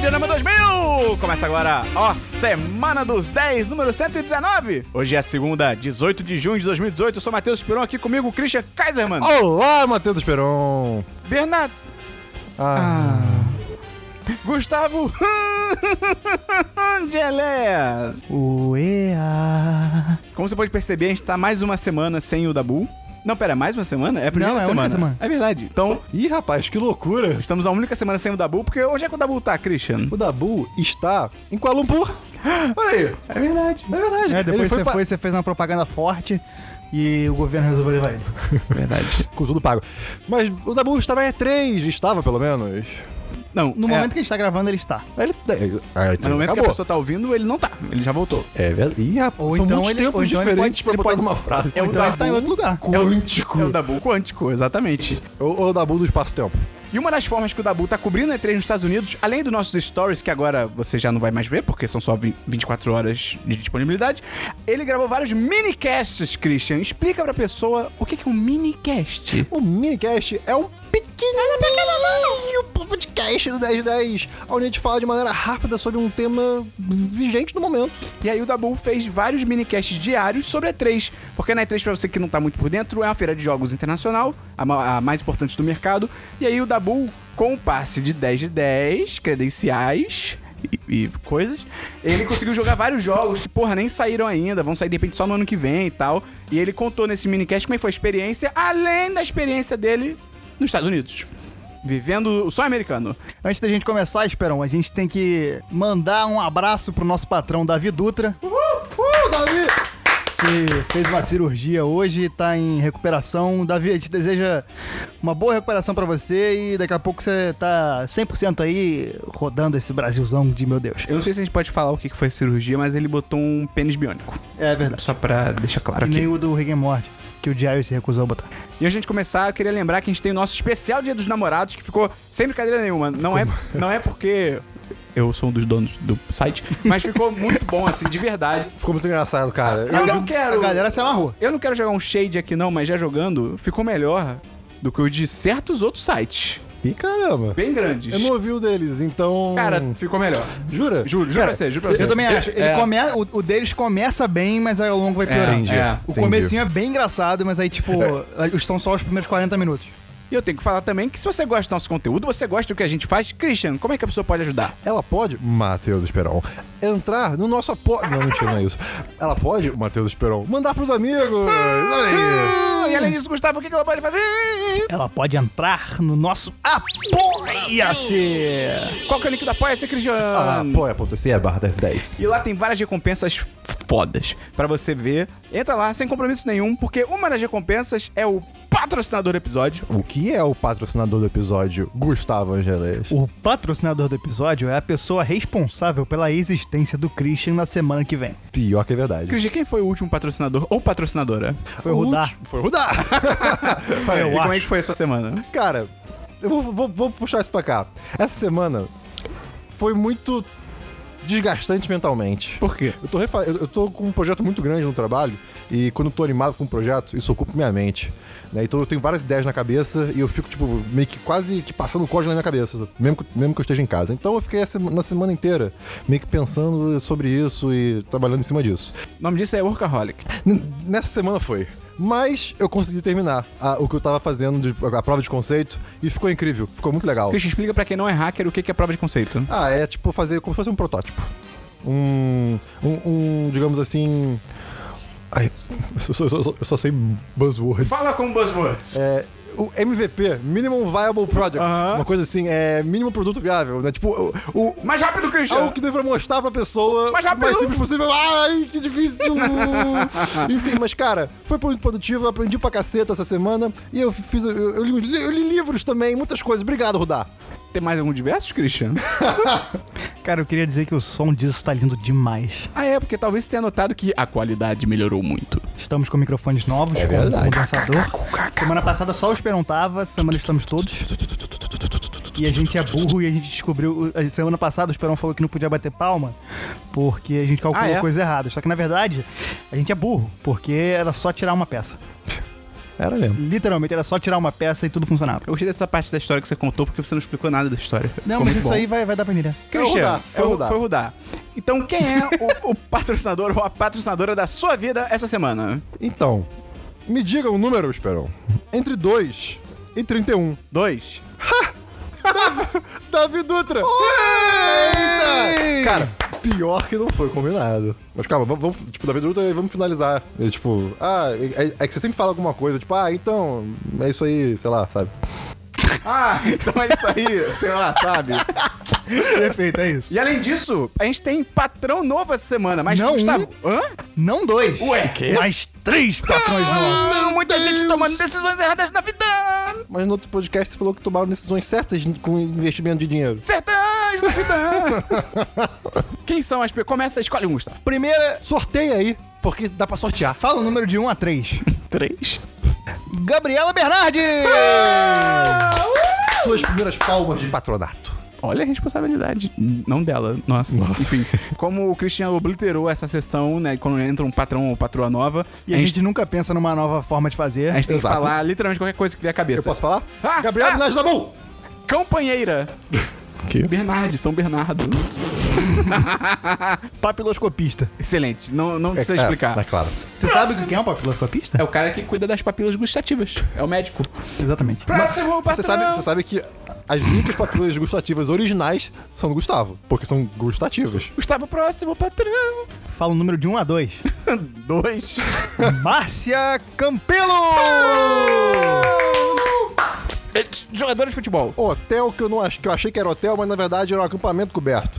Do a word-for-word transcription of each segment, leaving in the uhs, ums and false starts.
Videorama dois mil! Começa agora, ó, Semana dos dez, número cento e dezenove. Hoje é a segunda, dezoito de junho de dois mil e dezoito. Eu sou Matheus Esperon, aqui comigo, Christian Kaiserman. Olá, Matheus Esperon. Bernardo. Ah. ah. Gustavo Angeles. Uea. Como você pode perceber, a gente tá mais uma semana sem o Dabu. Não, pera, mais uma semana? É a primeira Não, é a semana. única semana. É verdade. Então, Ih, rapaz, que loucura. estamos a única semana sem o Dabu, porque onde é que o Dabu tá, Christian? O Dabu está em Kuala Lumpur. Olha aí. É verdade. É verdade. É, depois Ele você pra- foi, você fez uma propaganda forte e o governo resolveu levar ele. Verdade. Com tudo pago. Mas o Dabu está na E três, estava pelo menos. Não, No é, momento que a gente tá gravando, ele está. Ele, é, a E três mas no momento acabou. que a pessoa tá ouvindo, ele não tá. Ele já voltou. É verdade. Ih, rapaz, Ou são então muitos ele- tempos ou então ele diferentes pode- pra ele botar pode- numa frase. É o Então ele Dabu tá em outro lugar. Quântico. É o Dabu quântico, exatamente. Ou o Dabu do espaço-tempo. E uma das formas que o Dabu tá cobrindo a E três nos Estados Unidos, além dos nossos stories, que agora você já não vai mais ver, porque são só vinte e quatro horas de disponibilidade, ele gravou vários minicasts, Christian. Explica pra pessoa o que é um minicast. O minicast é um pequenininho podcast do dez dez, onde a gente fala de maneira rápida sobre um tema vigente no momento. E aí o Dabu fez vários minicasts diários sobre a E três, porque na E três, pra você que não tá muito por dentro, é uma feira de jogos internacional, a, ma- a mais importante do mercado. E aí o Dabu, com o passe de dez de dez, credenciais e, e coisas, ele conseguiu jogar vários jogos que, porra, nem saíram ainda, vão sair de repente só no ano que vem e tal. E ele contou nesse minicast como é que foi a experiência, além da experiência dele nos Estados Unidos, vivendo o sonho americano. Antes da gente começar, Esperão, a gente tem que mandar um abraço pro nosso patrão, Davi Dutra, Uh, Davi! que fez uma cirurgia hoje e tá em recuperação. Davi, a gente deseja uma boa recuperação pra você e daqui a pouco você tá cem por cento aí rodando esse Brasilzão de meu Deus. Eu não sei se a gente pode falar o que que foi a cirurgia, mas ele botou um pênis biônico. É verdade. Só pra deixar claro E aqui. nem o do Rick and Morty, que o Jerry se recusou a botar. E antes de a gente começar, eu queria lembrar que a gente tem o nosso especial Dia dos Namorados, que ficou sem brincadeira nenhuma. Não é, não é porque eu sou um dos donos do site, mas ficou muito bom, assim, de verdade. Ficou muito engraçado, cara. Eu não quero... A galera se amarrou. Eu não quero jogar um shade aqui não, mas já jogando, ficou melhor do que o de certos outros sites. Ih, caramba. Bem grandes. Eu não ouvi o deles, então... Cara, ficou melhor. Jura? Juro, juro Cara, pra você, juro pra você. Eu também acho. Ele É. come... o, o deles começa bem, mas aí ao longo vai piorando. Entendi, é. O entendi. comecinho é bem engraçado, mas aí, tipo, são só os primeiros quarenta minutos. E eu tenho que falar também que se você gosta do nosso conteúdo, você gosta do que a gente faz, Christian, como é que a pessoa pode ajudar? Ela pode, Matheus Esperon, entrar no nosso apoio... Não, mentira, não é isso. Ela pode, Matheus Esperon, mandar pros amigos. Olha aí. Ah, e além disso, Gustavo, o que que ela pode fazer? Ela pode entrar no nosso Apoia-se! Qual que é o link do Apoia-se, Christian? Apoia.se barra dez dez. E lá tem várias recompensas fodas pra você ver. Entra lá, sem compromisso nenhum, porque uma das recompensas é o patrocinador do episódio. O que é o patrocinador do episódio, Gustavo Angeles? O patrocinador do episódio é a pessoa responsável pela existência do Christian na semana que vem. Pior que é verdade. Christian, quem foi o último patrocinador ou patrocinadora? Foi o Rudá. último- Foi o Rudá. Eu e como é acho. que foi a sua semana? Cara, eu vou, vou- vou puxar isso pra cá. Essa semana foi muito desgastante mentalmente. Por quê? Eu tô, refa- eu eu tô com um projeto muito grande no trabalho e quando eu tô animado com um projeto, isso ocupa minha mente. Né? Então eu tenho várias ideias na cabeça e eu fico, tipo, meio que quase que passando código na minha cabeça, mesmo que, mesmo que eu esteja em casa. Então eu fiquei essa, na semana inteira meio que pensando sobre isso e trabalhando em cima disso. O nome disso é Workaholic. N- Nessa semana foi. Mas eu consegui terminar a- o que eu tava fazendo, de- a prova de conceito, e ficou incrível, ficou muito legal. Christian, explica pra quem não é hacker o que que é prova de conceito. Ah, é tipo fazer como se fosse um protótipo. Um, um, um, digamos assim... Ai, eu só, eu só- eu só sei buzzwords. Fala com buzzwords. É, o M V P, Minimum Viable Project, Aham. uma coisa assim, é mínimo produto viável, né? Tipo, o, o, Mais rápido, Christian! algo que dê pra mostrar pra pessoa Mais rápido. mais simples possível. Ai, que difícil! Enfim, mas cara, foi muito produtivo, eu aprendi pra caceta essa semana e eu fiz, eu, eu li, eu li livros também, muitas coisas. Obrigado, Rudá. Tem mais algum diversos, Christian? Cara, eu queria dizer que o som disso tá lindo demais. Ah, é, porque talvez você tenha notado que a qualidade melhorou muito. Estamos com microfones novos, É com verdade. condensador. Semana passada só o Esperão tava, essa semana estamos todos. E a gente é burro e a gente descobriu... A semana passada o Esperão falou que não podia bater palma porque a gente calculou Ah, é? coisa errada. Só que na verdade, a gente é burro, porque era só tirar uma peça. Era mesmo. Literalmente, era só tirar uma peça e tudo funcionava. Eu gostei dessa parte da história que você contou, porque você não explicou nada da história. Não, Ficou mas muito isso bom. aí vai, vai dar pra entender. Christian, Foi o Rudá, foi o Rudá. Então, quem é o, o patrocinador ou a patrocinadora da sua vida essa semana? Então, me diga um número, Esperão. Entre dois e trinta e um. Dois. Davi Dutra! Eita! Cara, pior que não foi combinado. Mas calma, vamos, vamos tipo, Davi Dutra, vamos finalizar. E, tipo, ah, é, é que você sempre fala alguma coisa, tipo, ah, então, é isso aí, sei lá, sabe? Ah, então é isso aí, sei lá, sabe? Perfeito, é isso. E além disso, a gente tem patrão novo essa semana, mas Não Gustavo... Hã? Não dois. Ué, quê? Mas três patrões novos. Não, muita gente tomando decisões erradas na vida! Mas no outro podcast você falou que tomaram decisões certas com investimento de dinheiro. Certas na vida! Quem são as pessoas? Começa, escolhe um, Gustavo. Primeira, Sorteia aí, porque dá pra sortear. fala o número de um a três. Três. Gabriela Bernardi! Suas primeiras palmas de patronato. Olha a responsabilidade. Não dela, nossa. Nossa. Enfim, como o Christian obliterou essa sessão, né? Quando entra um patrão ou patroa nova, E a, gente, nunca pensa numa nova forma de fazer. a gente tem Exato. que falar literalmente qualquer coisa que vier à cabeça. Eu posso falar? Ah, Gabriel ah. Bernardi da mão! Campanheira. Que? Bernardi, São Bernardo. Papiloscopista. Excelente. Não, não precisa explicar. É, é claro. Você sabe quem é um papiloscopista? É o cara que cuida das papilas gustativas. É o médico. Exatamente. Próximo patrão. Você sabe, você sabe que as únicas patrulhas gustativas originais são do Gustavo, porque são gustativas. Gustavo, próximo patrão. Fala o número de um a dois. Dois. Márcia Campelo! É, Jogador de futebol. Hotel que eu não ach, que eu achei que era hotel, mas na verdade era um acampamento coberto.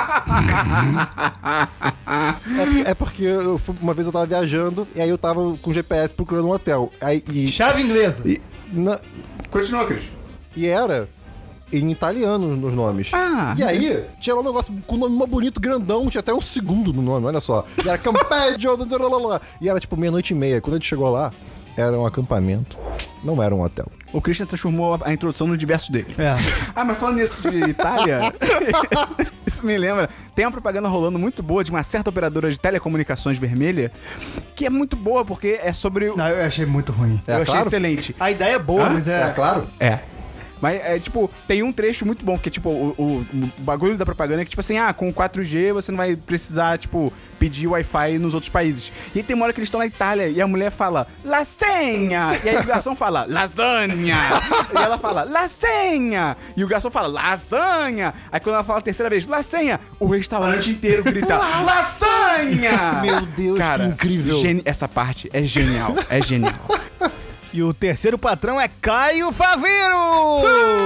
é, é porque eu, fui- uma vez eu tava viajando e aí eu tava com o G P S procurando um hotel. Aí, e, Chave inglesa. e, na- Continua, Cris. e era em italiano nos nomes. Ah. E aí, tinha lá um negócio com o nome mó bonito, grandão, tinha até um segundo no nome, olha só. E era Campeggio, blá, blá, blá, blá. E era tipo meia-noite e meia. Quando a gente chegou lá, era um acampamento. Não era um hotel. O Christian transformou a introdução no diverso dele. É. Ah, mas falando nisso de Itália, isso me lembra, tem uma propaganda rolando muito boa de uma certa operadora de telecomunicações vermelha, que é muito boa porque é sobre... o- Não, eu achei muito ruim. É eu achei claro? excelente. A ideia é boa, Hã? mas é... É claro? É. Mas é tipo, tem um trecho muito bom, que é tipo, o, o- o bagulho da propaganda é que, tipo assim, ah, com quatro G você não vai precisar, tipo, pedir Wi-Fi nos outros países. E aí tem uma hora que eles estão na Itália e a mulher fala, la senha! E aí o garçom fala, lasanha! E ela fala, la senha! E o garçom fala, lasanha! Aí quando ela fala a terceira vez, la senha, o restaurante inteiro grita, lasanha! Meu Deus, Cara, que incrível. geni- essa parte é genial, é genial. E o terceiro patrão é Caio Faveiro!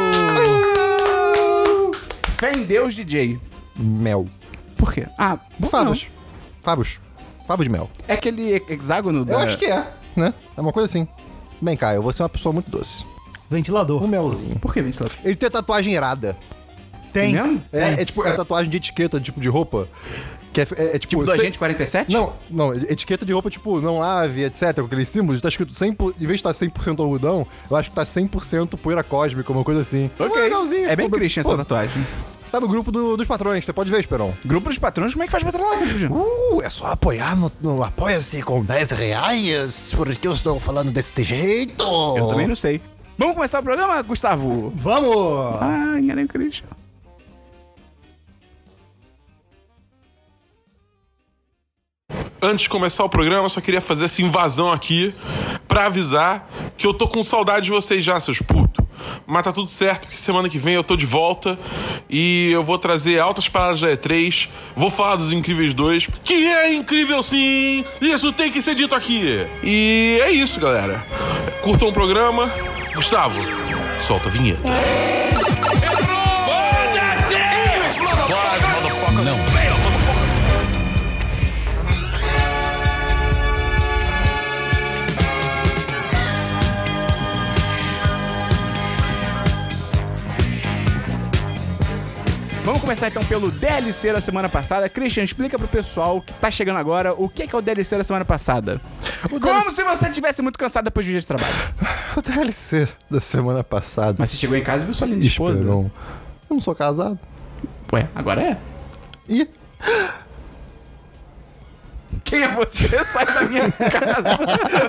Fé em Deus, D J. Mel. Por quê? Ah, Favos. Favos. Favos de mel. É aquele hexágono da... Eu acho que é, né? É uma coisa assim. Bem, Caio, você é uma pessoa muito doce. Ventilador. Um melzinho. Por que ventilador? Ele tem tatuagem irada. Tem. Mesmo? É, é tipo, é tatuagem de etiqueta, tipo, de roupa. Que é, é, é tipo... Tipo do cem- Agente quarenta e sete? Não, não, etiqueta de roupa, tipo, não ave, etcétera, com aqueles símbolos, tá escrito cem por cento, em vez de estar cem por cento algodão, eu acho que tá cem por cento poeira cósmica, uma coisa assim. Ok. Legalzinho. É bem ficou- Christian pô, essa tatuagem. Tá no grupo do- dos patrões, você pode ver, Esperão. Grupo dos patrões, como é que faz pra trás, Christian? Uh, é só apoiar no, no Apoia-se com dez reais, porque eu estou falando desse jeito. Eu também não sei. Vamos começar o programa, Gustavo? Vamos! Ah, enganei o Christian. Antes de começar o programa, eu só queria fazer essa invasão aqui pra avisar que eu tô com saudade de vocês já, seus putos. Mas tá tudo certo, porque semana que vem eu tô de volta e eu vou trazer altas paradas da E três, vou falar dos Incríveis dois, que é incrível sim! Isso tem que ser dito aqui! E é isso, galera. Curtam o programa. Gustavo, solta a vinheta. Vamos começar então pelo D L C da semana passada. Christian, explica pro pessoal que tá chegando agora o que é, que é o D L C da semana passada. O Como D L C se você estivesse muito cansado depois do dia de trabalho. O D L C da semana passada. Mas você chegou em casa e viu sua linda esposa. Esperão. Eu não sou casado. Ué, agora é? E Que Quem é você? Sai da minha casa.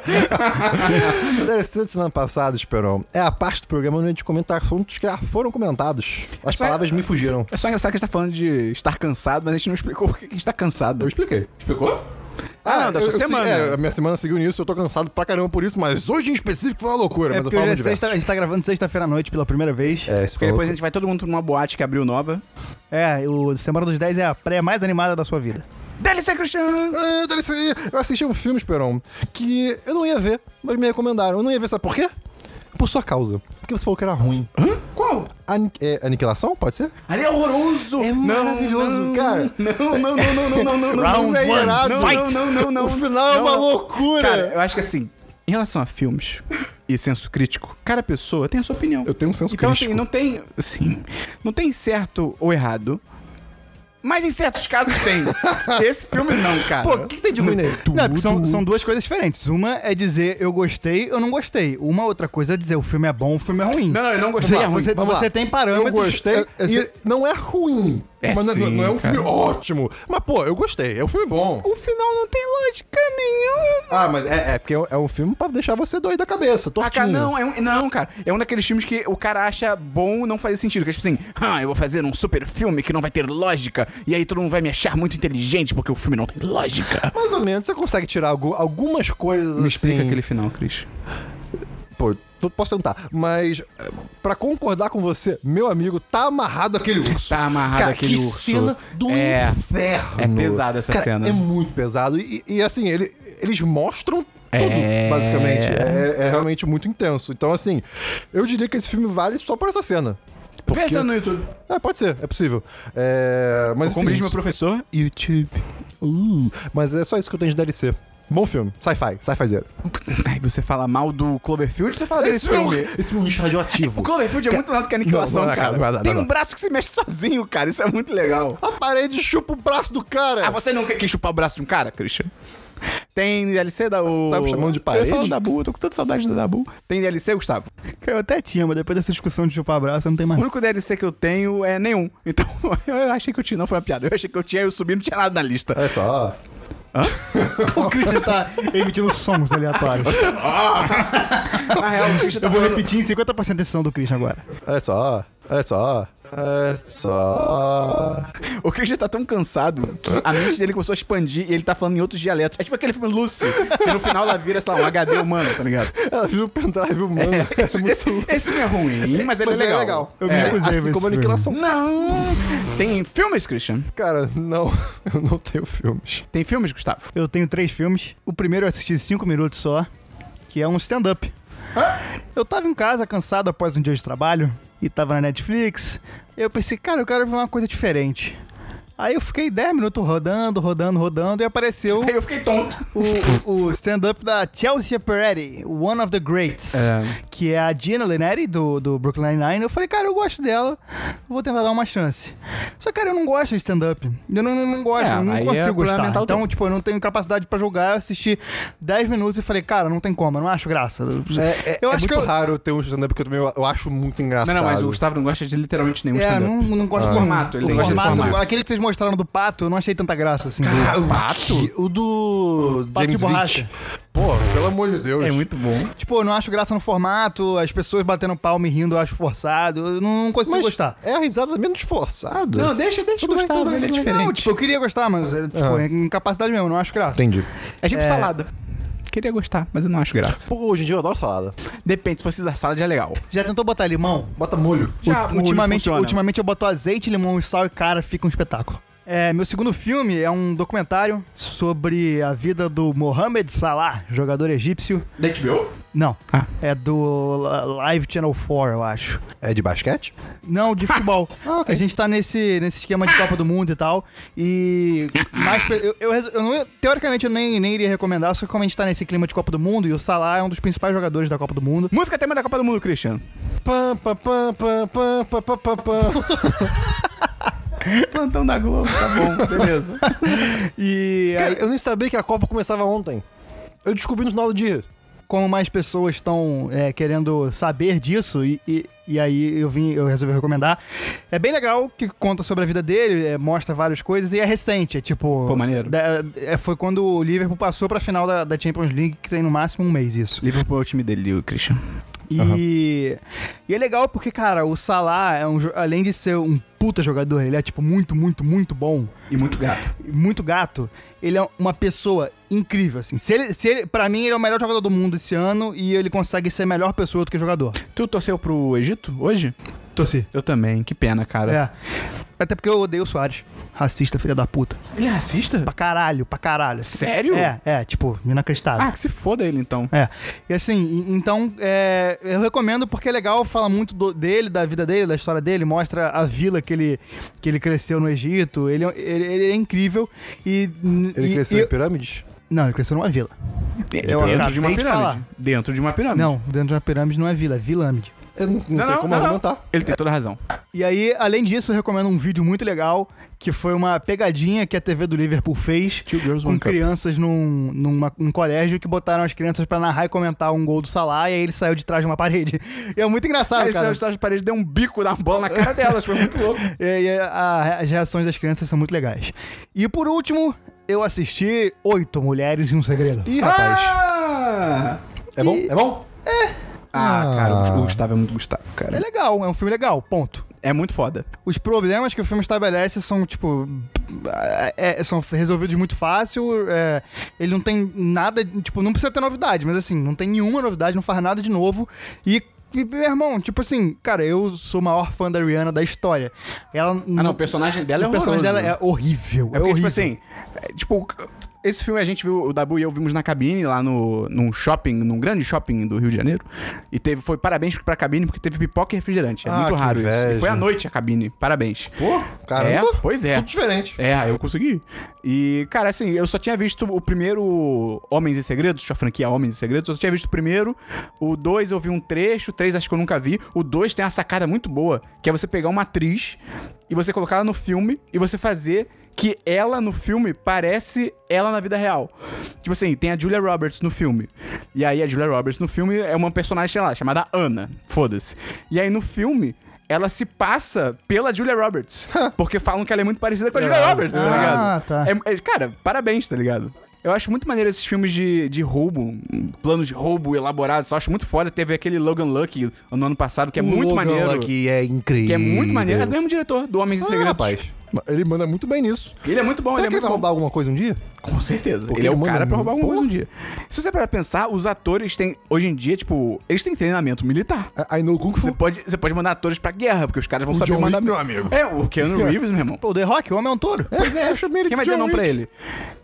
O D L C da semana passada, Esperon, é a parte do programa onde a gente comenta assuntos que já foram comentados. As Só- palavras me fugiram. É só engraçado que a gente tá falando de estar cansado, mas a gente não explicou por que a gente tá cansado. Eu expliquei. Explicou? Ah, não, da eu- sua eu semana. segui- é, a minha semana seguiu nisso, eu tô cansado pra caramba por isso, mas hoje em específico foi uma loucura, É mas eu porque falo hoje é diversos. sexta, a gente tá gravando sexta-feira à noite pela primeira vez. É, isso Porque foi depois a gente vai todo mundo pra uma boate que abriu nova. É, o Semana dos dez é a pré mais animada da sua vida. D L C, Cristiano! Ah, D L C, eu assisti um filme, Esperon, que eu não ia ver, mas me recomendaram. Eu não ia ver, sabe por quê? Por sua causa. Porque você falou que era ruim. Qual? Ani- é, Aniquilação, pode ser? Ali é horroroso! É maravilhoso, não, cara. Não, não, não, não, não, não, não, não. Round O filme é one, irado. não, não, não, não, não. O final é Não, uma não. loucura. Cara, eu acho que assim, em relação a filmes e senso crítico, cada pessoa tem a sua opinião. Eu tenho um senso Então, crítico. assim, não tem. Sim. Não tem certo ou errado. Mas em certos casos tem. Esse filme não, cara. Pô, o que, que tem de ruim nele? Não, porque são, são duas coisas diferentes. Uma é dizer eu gostei, eu não gostei. Uma outra coisa é dizer o filme é bom, o filme é ruim. Não, não, eu não gostei. Você, é ruim. você, Vamos lá. você tem Eu parâmetros. gostei eu- eu- e não é ruim. É mas não- sim, não é um cara. filme ótimo. Mas, pô, eu gostei. É um filme bom. O final não tem lógica nenhuma. Ah, mas é, é porque é um filme pra deixar você doido da cabeça, Ah, tortinho. cara, não, é um, não, cara. É um daqueles filmes que o cara acha bom não fazer sentido. Que é tipo assim, ah, eu vou fazer um super filme que não vai ter lógica. E aí todo mundo vai me achar muito inteligente porque o filme não tem lógica. Mais ou menos, você consegue tirar algu- algumas coisas Me assim. explica aquele final, Cris. Pô, eu posso tentar. Mas, é, pra concordar com você, meu amigo, tá amarrado aquele urso. Tá amarrado Cara, aquele que urso. cena do É. inferno. É pesada essa Cara, cena. É muito pesado. E, e, assim, ele- eles mostram tudo, É. basicamente. É, é realmente muito intenso. Então, assim, eu diria que esse filme vale só por essa cena. Vê essa no YouTube. É, pode ser, é possível. É, mas, Como enfim, diz meu professor, YouTube. Uh, mas é só isso que eu tenho de D L C. Bom filme, sci-fi, sci-fi zero. Aí você fala mal do Cloverfield, você fala desse Esse filme, filme. esse filme é um lixo radioativo. O Cloverfield é muito melhor do que a Aniquilação, Não, não é, cara. cara, não é, não é, Tem não um é. braço que se mexe sozinho, cara. Isso é muito legal. A parede chupa o braço do cara. Ah, você nunca quis chupar o braço de um cara, Christian? Tem D L C da o... Tá me chamando de parede? Eu falo da Dabu, eu tô com tanta saudade da Dabu. Tem D L C, Gustavo? Eu até tinha, mas depois dessa discussão de chupar abraço, não tem O mais. único D L C que eu tenho é nenhum. Então, eu achei que eu tinha. Não foi uma piada. Eu achei que eu tinha, eu subi, não tinha nada na lista. Olha só. O Christian tá emitindo sons aleatórios. Na real, o Christian tá Eu vou falando- repetir em cinquenta por cento desse som do Christian agora. Olha só. Olha só. Olha só. O Christian tá tão cansado que a mente dele começou a expandir e ele tá falando em outros dialetos. É tipo aquele filme Lucy, que no final ela vira, sei lá, um H D humano, tá ligado? Ela viu o pendrive humano. É, Esse, esse, esse filme é ruim, mas ele Mas é ele é legal. legal. Eu me É, recusei a ver assim esse como a filme. Aniquilação. Não! Tem filmes, Christian? Cara, não. Eu não tenho filmes. Tem filmes, Gustavo? Eu tenho três filmes. O primeiro eu assisti cinco minutos só, que é um stand-up. Eu tava em casa, cansado após um dia de trabalho, e tava na Netflix. Eu pensei, cara, eu quero ver uma coisa diferente. Aí eu fiquei dez minutos rodando, rodando, rodando, e apareceu Aí eu fiquei tonto. o, o stand-up da Chelsea Peretti, One of the Greats, É. que é a Gina Linetti, do, do Brooklyn Nine-Nine. Eu falei, cara, eu gosto dela, vou tentar dar uma chance. Só que, cara, eu não gosto de stand-up. Eu não, não, não gosto, É, eu não aí é consigo problema gostar. mental Então, teu. tipo, eu não tenho capacidade pra julgar. Eu assisti dez minutos e falei, cara, não tem como, eu não acho graça. É, é, Eu é acho muito que eu- raro ter um stand-up que eu também eu, eu acho muito engraçado. Não, não, mas o Gustavo não gosta de literalmente nenhum É, stand-up. não, não gosto Ah. do Formato, ele o não gosta de formato, formato. Aquele que vocês mostraram do Pato, eu não achei tanta graça, assim. Ah, o Pato? O do Pato de James borracha. Vick. Pô, pelo amor de Deus. É muito bom. Tipo, eu não acho graça no formato, as pessoas batendo palma e rindo eu acho forçado, eu não, não consigo Mas gostar. é a risada menos forçada. Não, deixa, deixa o Tudo bem, Gustavo, tudo bem, ele é tudo bem. diferente. Não, tipo, eu queria gostar, mas é, tipo, Ah. é incapacidade mesmo, eu não acho graça. Entendi. É tipo É. salada. Queria gostar, mas eu não acho graça. Pô, hoje em dia eu adoro salada. Depende, se for Caesar salad é legal. Já tentou botar limão? Bota molho. Já, U- molho ultimamente, funciona. ultimamente eu boto azeite, limão e sal e, cara, fica um espetáculo. É, meu segundo filme é um documentário sobre a vida do Mohamed Salah, jogador egípcio. Da H B O? Não, Ah. é do La- Live Channel quatro, eu acho. É de basquete? Não, de futebol. Ah, ok. A gente tá nesse, nesse esquema de Copa do Mundo e tal. E. Mais, pe- eu, eu, res- eu não, teoricamente eu nem, nem iria recomendar, só que como a gente tá nesse clima de Copa do Mundo e o Salah é um dos principais jogadores da Copa do Mundo. Música tema da Copa do Mundo, Christian. Pam, pam, pam, pam, pam, pam, pam, pam, pam. Plantão da Globo, tá bom, beleza. E. Cara, aí- eu nem sabia que a Copa começava ontem. Eu descobri no final do dia. como mais pessoas estão é, querendo saber disso, e, e, e aí eu vim, eu resolvi recomendar. É bem legal, que conta sobre a vida dele, é, mostra várias coisas, e é recente, é tipo... Pô, maneiro. Da, é, foi quando o Liverpool passou pra final da, da Champions League, que tem no máximo um mês isso. Liverpool é o time dele, o Christian. E, uhum. e é legal porque, cara, o Salah, é um, além de ser um puta jogador, ele é, tipo, muito, muito, muito bom. E muito gato. Muito gato. Ele é uma pessoa incrível, assim. Se ele, se ele, pra mim, ele é o melhor jogador do mundo esse ano e ele consegue ser melhor pessoa do que jogador. Tu torceu pro Egito hoje? Torci. Eu também. Que pena, cara. É. Até porque eu odeio o Soares. Racista, filha da puta. Ele é racista? Pra caralho, pra caralho. Sério? É, é, tipo, inacreditável. Ah, que se foda ele, então. É. E assim, então, é, eu recomendo porque é legal, fala muito do, dele, da vida dele, da história dele, mostra a vila que ele, que ele cresceu no Egito. Ele, ele, ele é incrível. E, ele e, cresceu e, em pirâmides? Não, ele cresceu numa vila. Eu dentro de uma de pirâmide. falar. Dentro de uma pirâmide. Não, dentro de uma pirâmide não é vila, é vilâmide. Eu não, não, não tem como argumentar. Ele tem toda a razão. E aí, além disso, eu recomendo um vídeo muito legal, que foi uma pegadinha que a T V do Liverpool fez Two Girls, com One Cup. crianças num, numa, num colégio que botaram as crianças pra narrar e comentar um gol do Salah, e aí ele saiu de trás de uma parede. E é muito engraçado, Aí ele cara. saiu de trás da parede, deu um bico da bola na cara delas, foi muito louco. E aí a- a- as reações das crianças são muito legais. E por último, eu assisti Oito Mulheres e um Segredo. Ih, rapaz. Ah, É bom? É bom? ah cara, Ah. o Gustavo é muito Gustavo, É cara. legal, é um filme legal, ponto. É muito foda. Os problemas que o filme estabelece são, tipo... é- são resolvidos muito fácil. é, ele não tem nada... Tipo, não precisa ter novidade, mas assim, não tem nenhuma novidade, não faz nada de novo. E... E, meu irmão, tipo assim, cara, eu sou o maior fã da Rihanna da história. Ela Ah, não, o personagem dela é o personagem horroroso. dela é horrível. É É, porque, horrível. tipo assim, é, tipo, esse filme a gente viu, o Dabu e eu vimos na cabine lá no, num shopping, num grande shopping do Rio de Janeiro. E teve, foi parabéns pra cabine porque teve pipoca e refrigerante. É Ah, muito que raro isso. inveja. E foi à noite a cabine, parabéns. Pô, caramba. É, pois é. Tudo diferente. É, eu consegui. E, cara, assim, eu só tinha visto o primeiro Homens e Segredos, a franquia Homens e Segredos, eu só tinha visto o primeiro. O dois eu vi um trecho, o três acho que eu nunca vi. O dois tem uma sacada muito boa, que é você pegar uma atriz e você colocar ela no filme e você fazer que ela no filme parece ela na vida real. Tipo assim, tem a Julia Roberts no filme. E aí a Julia Roberts no filme é uma personagem, sei lá, chamada Anna. Foda-se. E aí no filme... ela se passa pela Julia Roberts. Porque falam que ela é muito parecida com a Julia Roberts, tá Ah, ligado? tá. É- é- cara, parabéns, tá ligado? Eu acho muito maneiro esses filmes de, de roubo, planos de roubo elaborados. Eu acho muito foda. Teve aquele Logan Lucky no ano passado, que é O muito Logan maneiro. Lucky é incrível. Que é muito maneiro. É do mesmo diretor, do Homens e Ah, Segredos. rapaz. Ele manda muito bem nisso. Ele é muito bom, Será ele que é ele muito vai bom. roubar alguma coisa um dia? Com certeza. Porque Ele é ele o manda cara pra roubar alguma muito. coisa um dia. Se você parar pra pensar, os atores têm, hoje em dia, tipo, eles têm treinamento militar. I know Kung Fu. Você pode, você pode mandar atores pra guerra, porque os caras vão O saber John mandar... Wick, meu amigo. É, o Keanu Reeves, meu irmão. Pô, o The Rock, o homem é um touro. Pois é, eu chamei ele quem de vai dizer John não pra Wick. ele?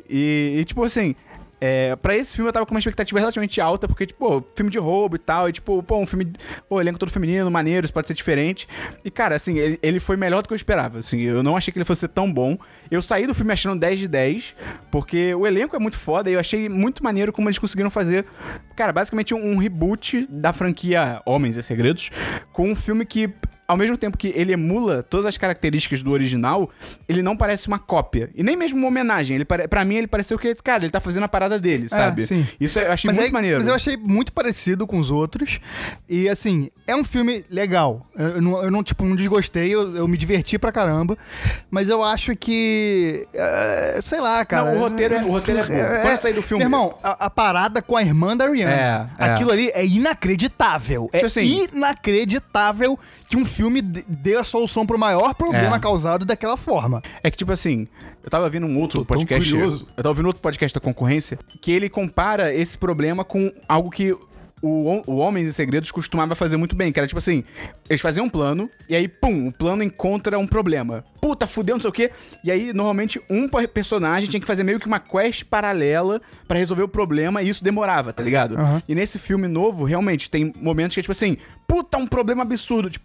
E, e, tipo assim, é, pra esse filme eu tava com uma expectativa relativamente alta, porque, tipo, pô, filme de roubo e tal, e tipo, pô, um filme, pô, elenco todo feminino, maneiro, isso pode ser diferente. E, cara, assim, ele, ele foi melhor do que eu esperava, assim, eu não achei que ele fosse ser tão bom. Eu saí do filme achando dez de dez, porque o elenco é muito foda e eu achei muito maneiro como eles conseguiram fazer, cara, basicamente um, um reboot da franquia Homens e Segredos, com um filme que... ao mesmo tempo que ele emula todas as características do original, ele não parece uma cópia. E nem mesmo uma homenagem. Ele pare... Pra mim, ele pareceu que, cara, ele tá fazendo a parada dele, sabe? sim. Isso eu achei Mas, muito aí- maneiro. mas eu achei muito parecido com os outros. E assim, é um filme legal. Eu não, eu não, tipo, não desgostei, eu, eu me diverti pra caramba. Mas eu acho que. é, sei lá, cara. Não, o roteiro é- o roteiro é bom. Quando eu saí do filme- Meu irmão, a, a parada com a irmã da Rihanna. É, é. Aquilo ali é inacreditável. É Tipo assim- inacreditável que um filme d- dê a solução pro maior problema É. causado daquela forma. É que, tipo assim, eu tava ouvindo um outro Tô tão podcast. curioso. Eu tava ouvindo outro podcast da concorrência que ele compara esse problema com algo que o, o Homens e Segredos costumava fazer muito bem, que era tipo assim, eles faziam um plano, e aí, pum, o plano encontra um problema. Puta, fudeu, não sei o quê. E aí, normalmente, um per- personagem tinha que fazer meio que uma quest paralela pra resolver o problema, e isso demorava, tá ligado? Aham. E nesse filme novo, realmente, tem momentos que é tipo assim, puta, um problema absurdo, tipo,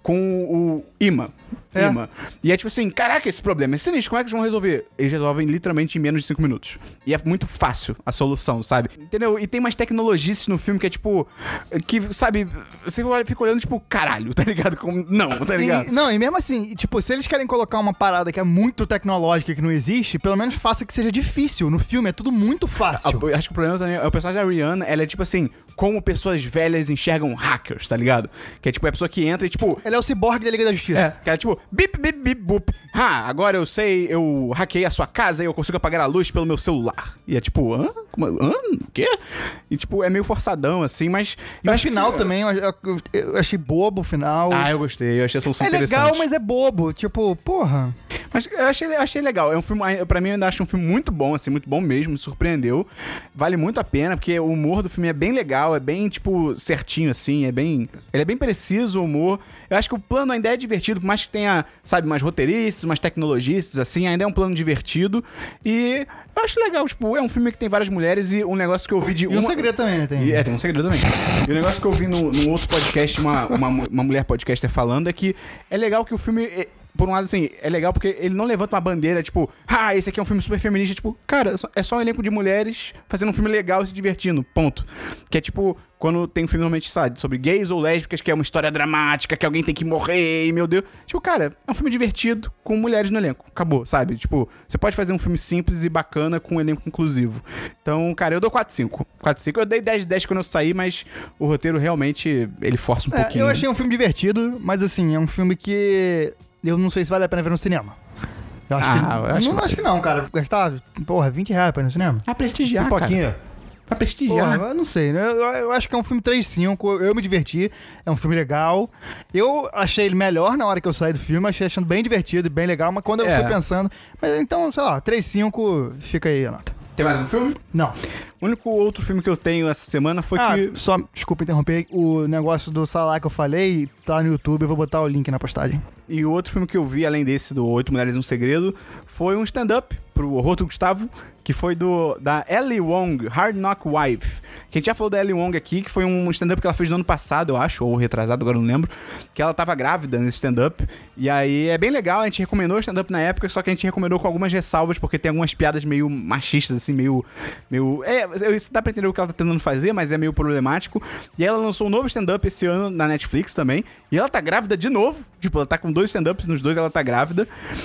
com o Ima. É. Ima. E é tipo assim, caraca, esse problema é sinistro, como é que eles vão resolver? Eles resolvem literalmente em menos de cinco minutos. E é muito fácil a solução, sabe? Entendeu? E tem umas tecnologias no filme que é tipo, que, sabe, você fica olhando tipo, caralho, tá ligado? Como, não, tá ligado? E, não, e mesmo assim, tipo, se eles querem colocar uma parada que é muito tecnológica que não existe, pelo menos faça que seja difícil. No filme é tudo muito fácil. Eu acho que o problema também é o personagem da Rihanna, ela é tipo assim, como pessoas velhas enxergam hackers, tá ligado? Que é tipo a pessoa que entra e tipo... Ele é o ciborgue da Liga da Justiça. É, que é tipo, bip, bip, bip, boop. Ah, agora eu sei, eu hackei a sua casa e eu consigo apagar a luz pelo meu celular. E é tipo, hã? Como, hã? O quê? E tipo, é meio forçadão, assim, mas... E o final também, eu, eu, eu achei bobo o final. Ah, eu gostei, eu achei a solução é interessante. legal, mas é bobo. Tipo, porra... Mas eu achei, eu achei legal. É um filme, pra mim, eu ainda acho um filme muito bom, assim, muito bom mesmo, me surpreendeu. Vale muito a pena, porque o humor do filme é bem legal, é bem, tipo, certinho, assim, é bem... Ele é bem preciso, o humor. Eu acho que o plano ainda é divertido, por mais que tenha, sabe, umas roteiristas, umas tecnologistas, assim, ainda é um plano divertido. E eu acho legal, tipo, é um filme que tem várias mulheres e um negócio que eu vi de E uma... um segredo também, né? Tem... E, é, tem um segredo também. E o negócio que eu vi num, num outro podcast, uma, uma, uma mulher podcaster falando, é que é legal que o filme... É, por um lado, assim, é legal porque ele não levanta uma bandeira, tipo, ah, esse aqui é um filme super feminista, tipo, cara, é só um elenco de mulheres fazendo um filme legal e se divertindo, ponto. Que é tipo, quando tem um filme normalmente, sabe, sobre gays ou lésbicas, que é uma história dramática, que alguém tem que morrer, e meu Deus. Tipo, cara, é um filme divertido com mulheres no elenco. Acabou, sabe? Tipo, você pode fazer um filme simples e bacana com um elenco inclusivo. Então, cara, eu dou quatro cinco. quatro cinco. Eu dei dez de dez quando eu saí, mas o roteiro realmente, ele força um É, pouquinho. eu achei um filme divertido, mas assim, é um filme que eu não sei se vale a pena ver no cinema. Eu acho Ah, que... eu acho não que acho que não, cara. Gastar, porra, vinte reais pra ir no cinema? Pra prestigiar, cara. Pipoquinha. Pra prestigiar. Porra, eu não sei, né? Eu, eu acho que é um filme três cinco, eu me diverti, é um filme legal. Eu achei ele melhor na hora que eu saí do filme, achei achando bem divertido e bem legal, mas quando eu É. fui pensando... Mas então, sei lá, três cinco, fica aí a nota. Tem mais um filme? Não. O único outro filme que eu tenho essa semana foi Ah, que... só, desculpa interromper, o negócio do Salah que eu falei tá no YouTube, eu vou botar o link na postagem. E o outro filme que eu vi, além desse, do Oito Mulheres e um Segredo, foi um stand-up pro Horror do Gustavo, que foi do da Ellie Wong, Hard Knock Wife. Que a gente já falou da Ellie Wong aqui, que foi um stand-up que ela fez no ano passado, eu acho, ou retrasado, agora eu não lembro, que ela tava grávida nesse stand-up. E aí é bem legal, a gente recomendou o stand-up na época, só que a gente recomendou com algumas ressalvas, porque tem algumas piadas meio machistas, assim, meio... meio é, isso dá pra entender o que ela tá tentando fazer, mas é meio problemático. E aí ela lançou um novo stand-up esse ano na Netflix também, e ela tá grávida de novo. Tipo, ela tá com dois stand-ups, nos dois ela tá grávida.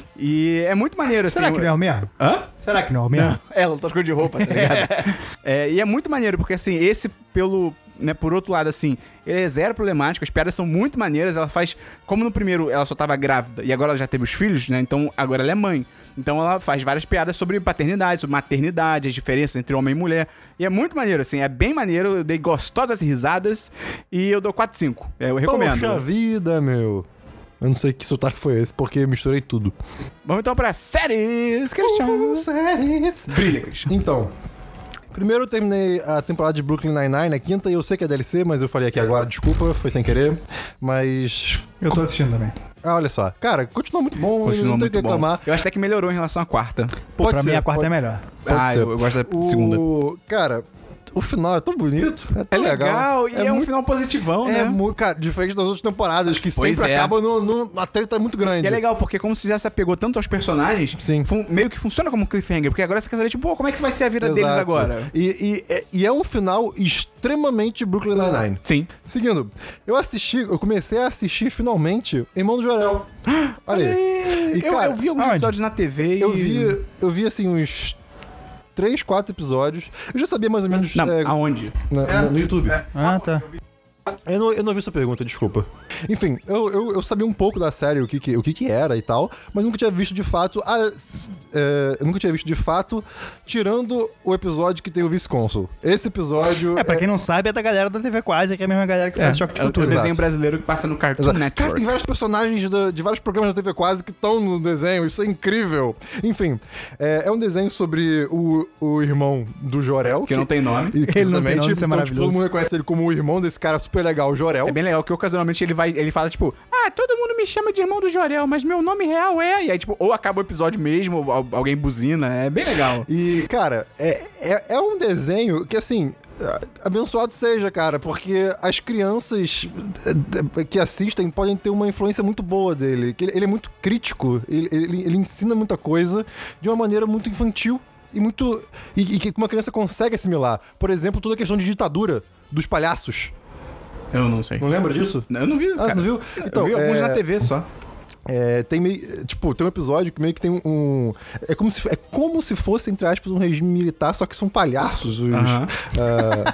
E é muito maneiro, assim. Será que não é o mesmo? Hã? Será que não é o mesmo? Ela tá com de roupa, tá ligado? É, e é muito maneiro, porque assim, esse pelo... Né, por outro lado, assim, ele é zero problemático, as piadas são muito maneiras, ela faz... Como no primeiro ela só tava grávida e agora ela já teve os filhos, né, então agora ela é mãe. Então ela faz várias piadas sobre paternidade, sobre maternidade, as diferenças entre homem e mulher. E é muito maneiro, assim, é bem maneiro, eu dei gostosas risadas e eu dou quatro cinco. É, eu recomendo. Poxa vida, meu. Eu não sei que sotaque foi esse, porque eu misturei tudo. Vamos então pra séries, Christian. Uh, séries. Brilha, Christian. Então, primeiro eu terminei a temporada de Brooklyn Nine-Nine, a quinta, e eu sei que é D L C, mas eu falei aqui agora, desculpa, foi sem querer. Mas... Eu tô assistindo também. Ah, olha só. Cara, continua muito bom, Continua não tenho o que muito bom. reclamar. Eu acho até que melhorou em relação à quarta. Pô, Pode pra ser, mim a quarta pode- é melhor. Pode ah, ser. eu, eu gosto da O... segunda. Cara, o final é tão bonito, é É tão legal, legal. e é, um final positivão, É né? muito, cara, diferente das outras temporadas, que Pois sempre é. acabam no, no, a treta é muito grande. E é legal, porque como você já se apegou tanto aos personagens, Sim. fun- meio que funciona como cliffhanger, porque agora você quer saber, tipo, pô, como é que vai ser a vida deles Exato. agora? E, e, e é um final extremamente Brooklyn Nine-Nine. Sim. Seguindo, eu assisti, eu comecei a assistir finalmente Irmão do Jorel. Olha aí. E, eu, cara, eu vi alguns aonde? episódios na T V e... Eu vi, eu vi assim, uns três, quatro episódios. Eu já sabia mais ou menos Não, é, aonde? na- no, no YouTube. Ah, tá. Eu não, eu não vi sua pergunta, desculpa. Enfim, eu, eu, eu sabia um pouco da série, o que que, o que que era e tal, mas nunca tinha visto de fato. A, é, eu nunca tinha visto de fato, tirando o episódio que tem o vice-consul. Esse episódio. É, pra quem não sabe, é da galera da T V Quase, que é a mesma galera que faz Choque de É o Cultura. desenho Exato. brasileiro que passa no Cartoon Exato. Network. Cara, tem vários personagens da- de vários programas da T V Quase que estão no desenho, isso é incrível. Enfim, é, é um desenho sobre o, o irmão do Jorel. Que não tem nome. e- Ele não tem exatamente, nome, isso é então, tipo, maravilhoso. todo mundo reconhece ele como o irmão desse cara super legal, o Jorel. É bem legal que ocasionalmente ele vai, ele fala, tipo, ah, todo mundo me chama de irmão do Jorel, mas meu nome real é... E aí, tipo, ou acaba o episódio mesmo, ou al- alguém buzina, é bem legal. E, cara, é, é, é um desenho que, assim, abençoado seja, cara, porque as crianças que assistem podem ter uma influência muito boa dele. Que ele é muito crítico, ele, ele, ele ensina muita coisa de uma maneira muito infantil e muito. E, e que uma criança consegue assimilar. Por exemplo, toda a questão de ditadura dos palhaços. Eu não sei. Não lembra disso? Eu não vi, Ah, cara. você não viu? Então, eu vi alguns é... na T V só. É, tem meio. Tipo, tem um episódio que meio que tem um. É como se, é como se fosse, entre aspas, um regime militar, só que são palhaços. Os, Aham. uh,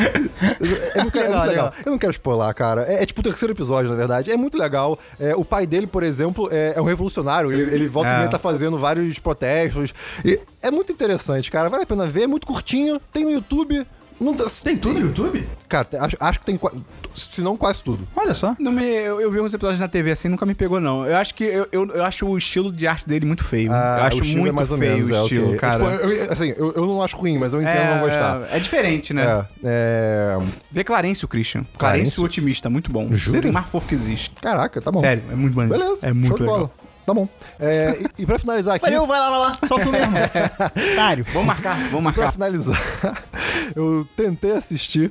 é, muito, é Legal, muito legal. legal. Eu não quero spoiler, cara. É, é tipo o terceiro episódio, na verdade. É muito legal. É, o pai dele, por exemplo, é, é um revolucionário. Ele, ele volta É. e meia tá fazendo vários protestos. E é muito interessante, cara. Vale a pena ver. É muito curtinho. Tem no YouTube. Não, Tem tudo no YouTube? Cara, acho, acho que tem. qua- Se não, quase tudo. Olha só. Não me, eu, eu vi uns episódios na T V assim, nunca me pegou, não. Eu acho que eu, eu, eu acho o estilo de arte dele muito feio. Ah, eu acho o estilo muito é mais ou feio menos, o é, estilo, ok. cara. Tipo, eu- assim, eu, eu não acho ruim, mas eu entendo não gostar. É, é diferente, né? É, é... Vê Clarence, o Christian. Clarence? Clarence, o otimista, muito bom. Jura? Desenho mais fofo que existe. Caraca, tá bom. Sério, é muito maneiro. Beleza, É muito show de legal. bola. Tá bom. É, e, e pra finalizar aqui... Valeu, vai lá, vai lá. Solta o mesmo. Otário. Vamos marcar, vamos Pra marcar. finalizar, eu tentei assistir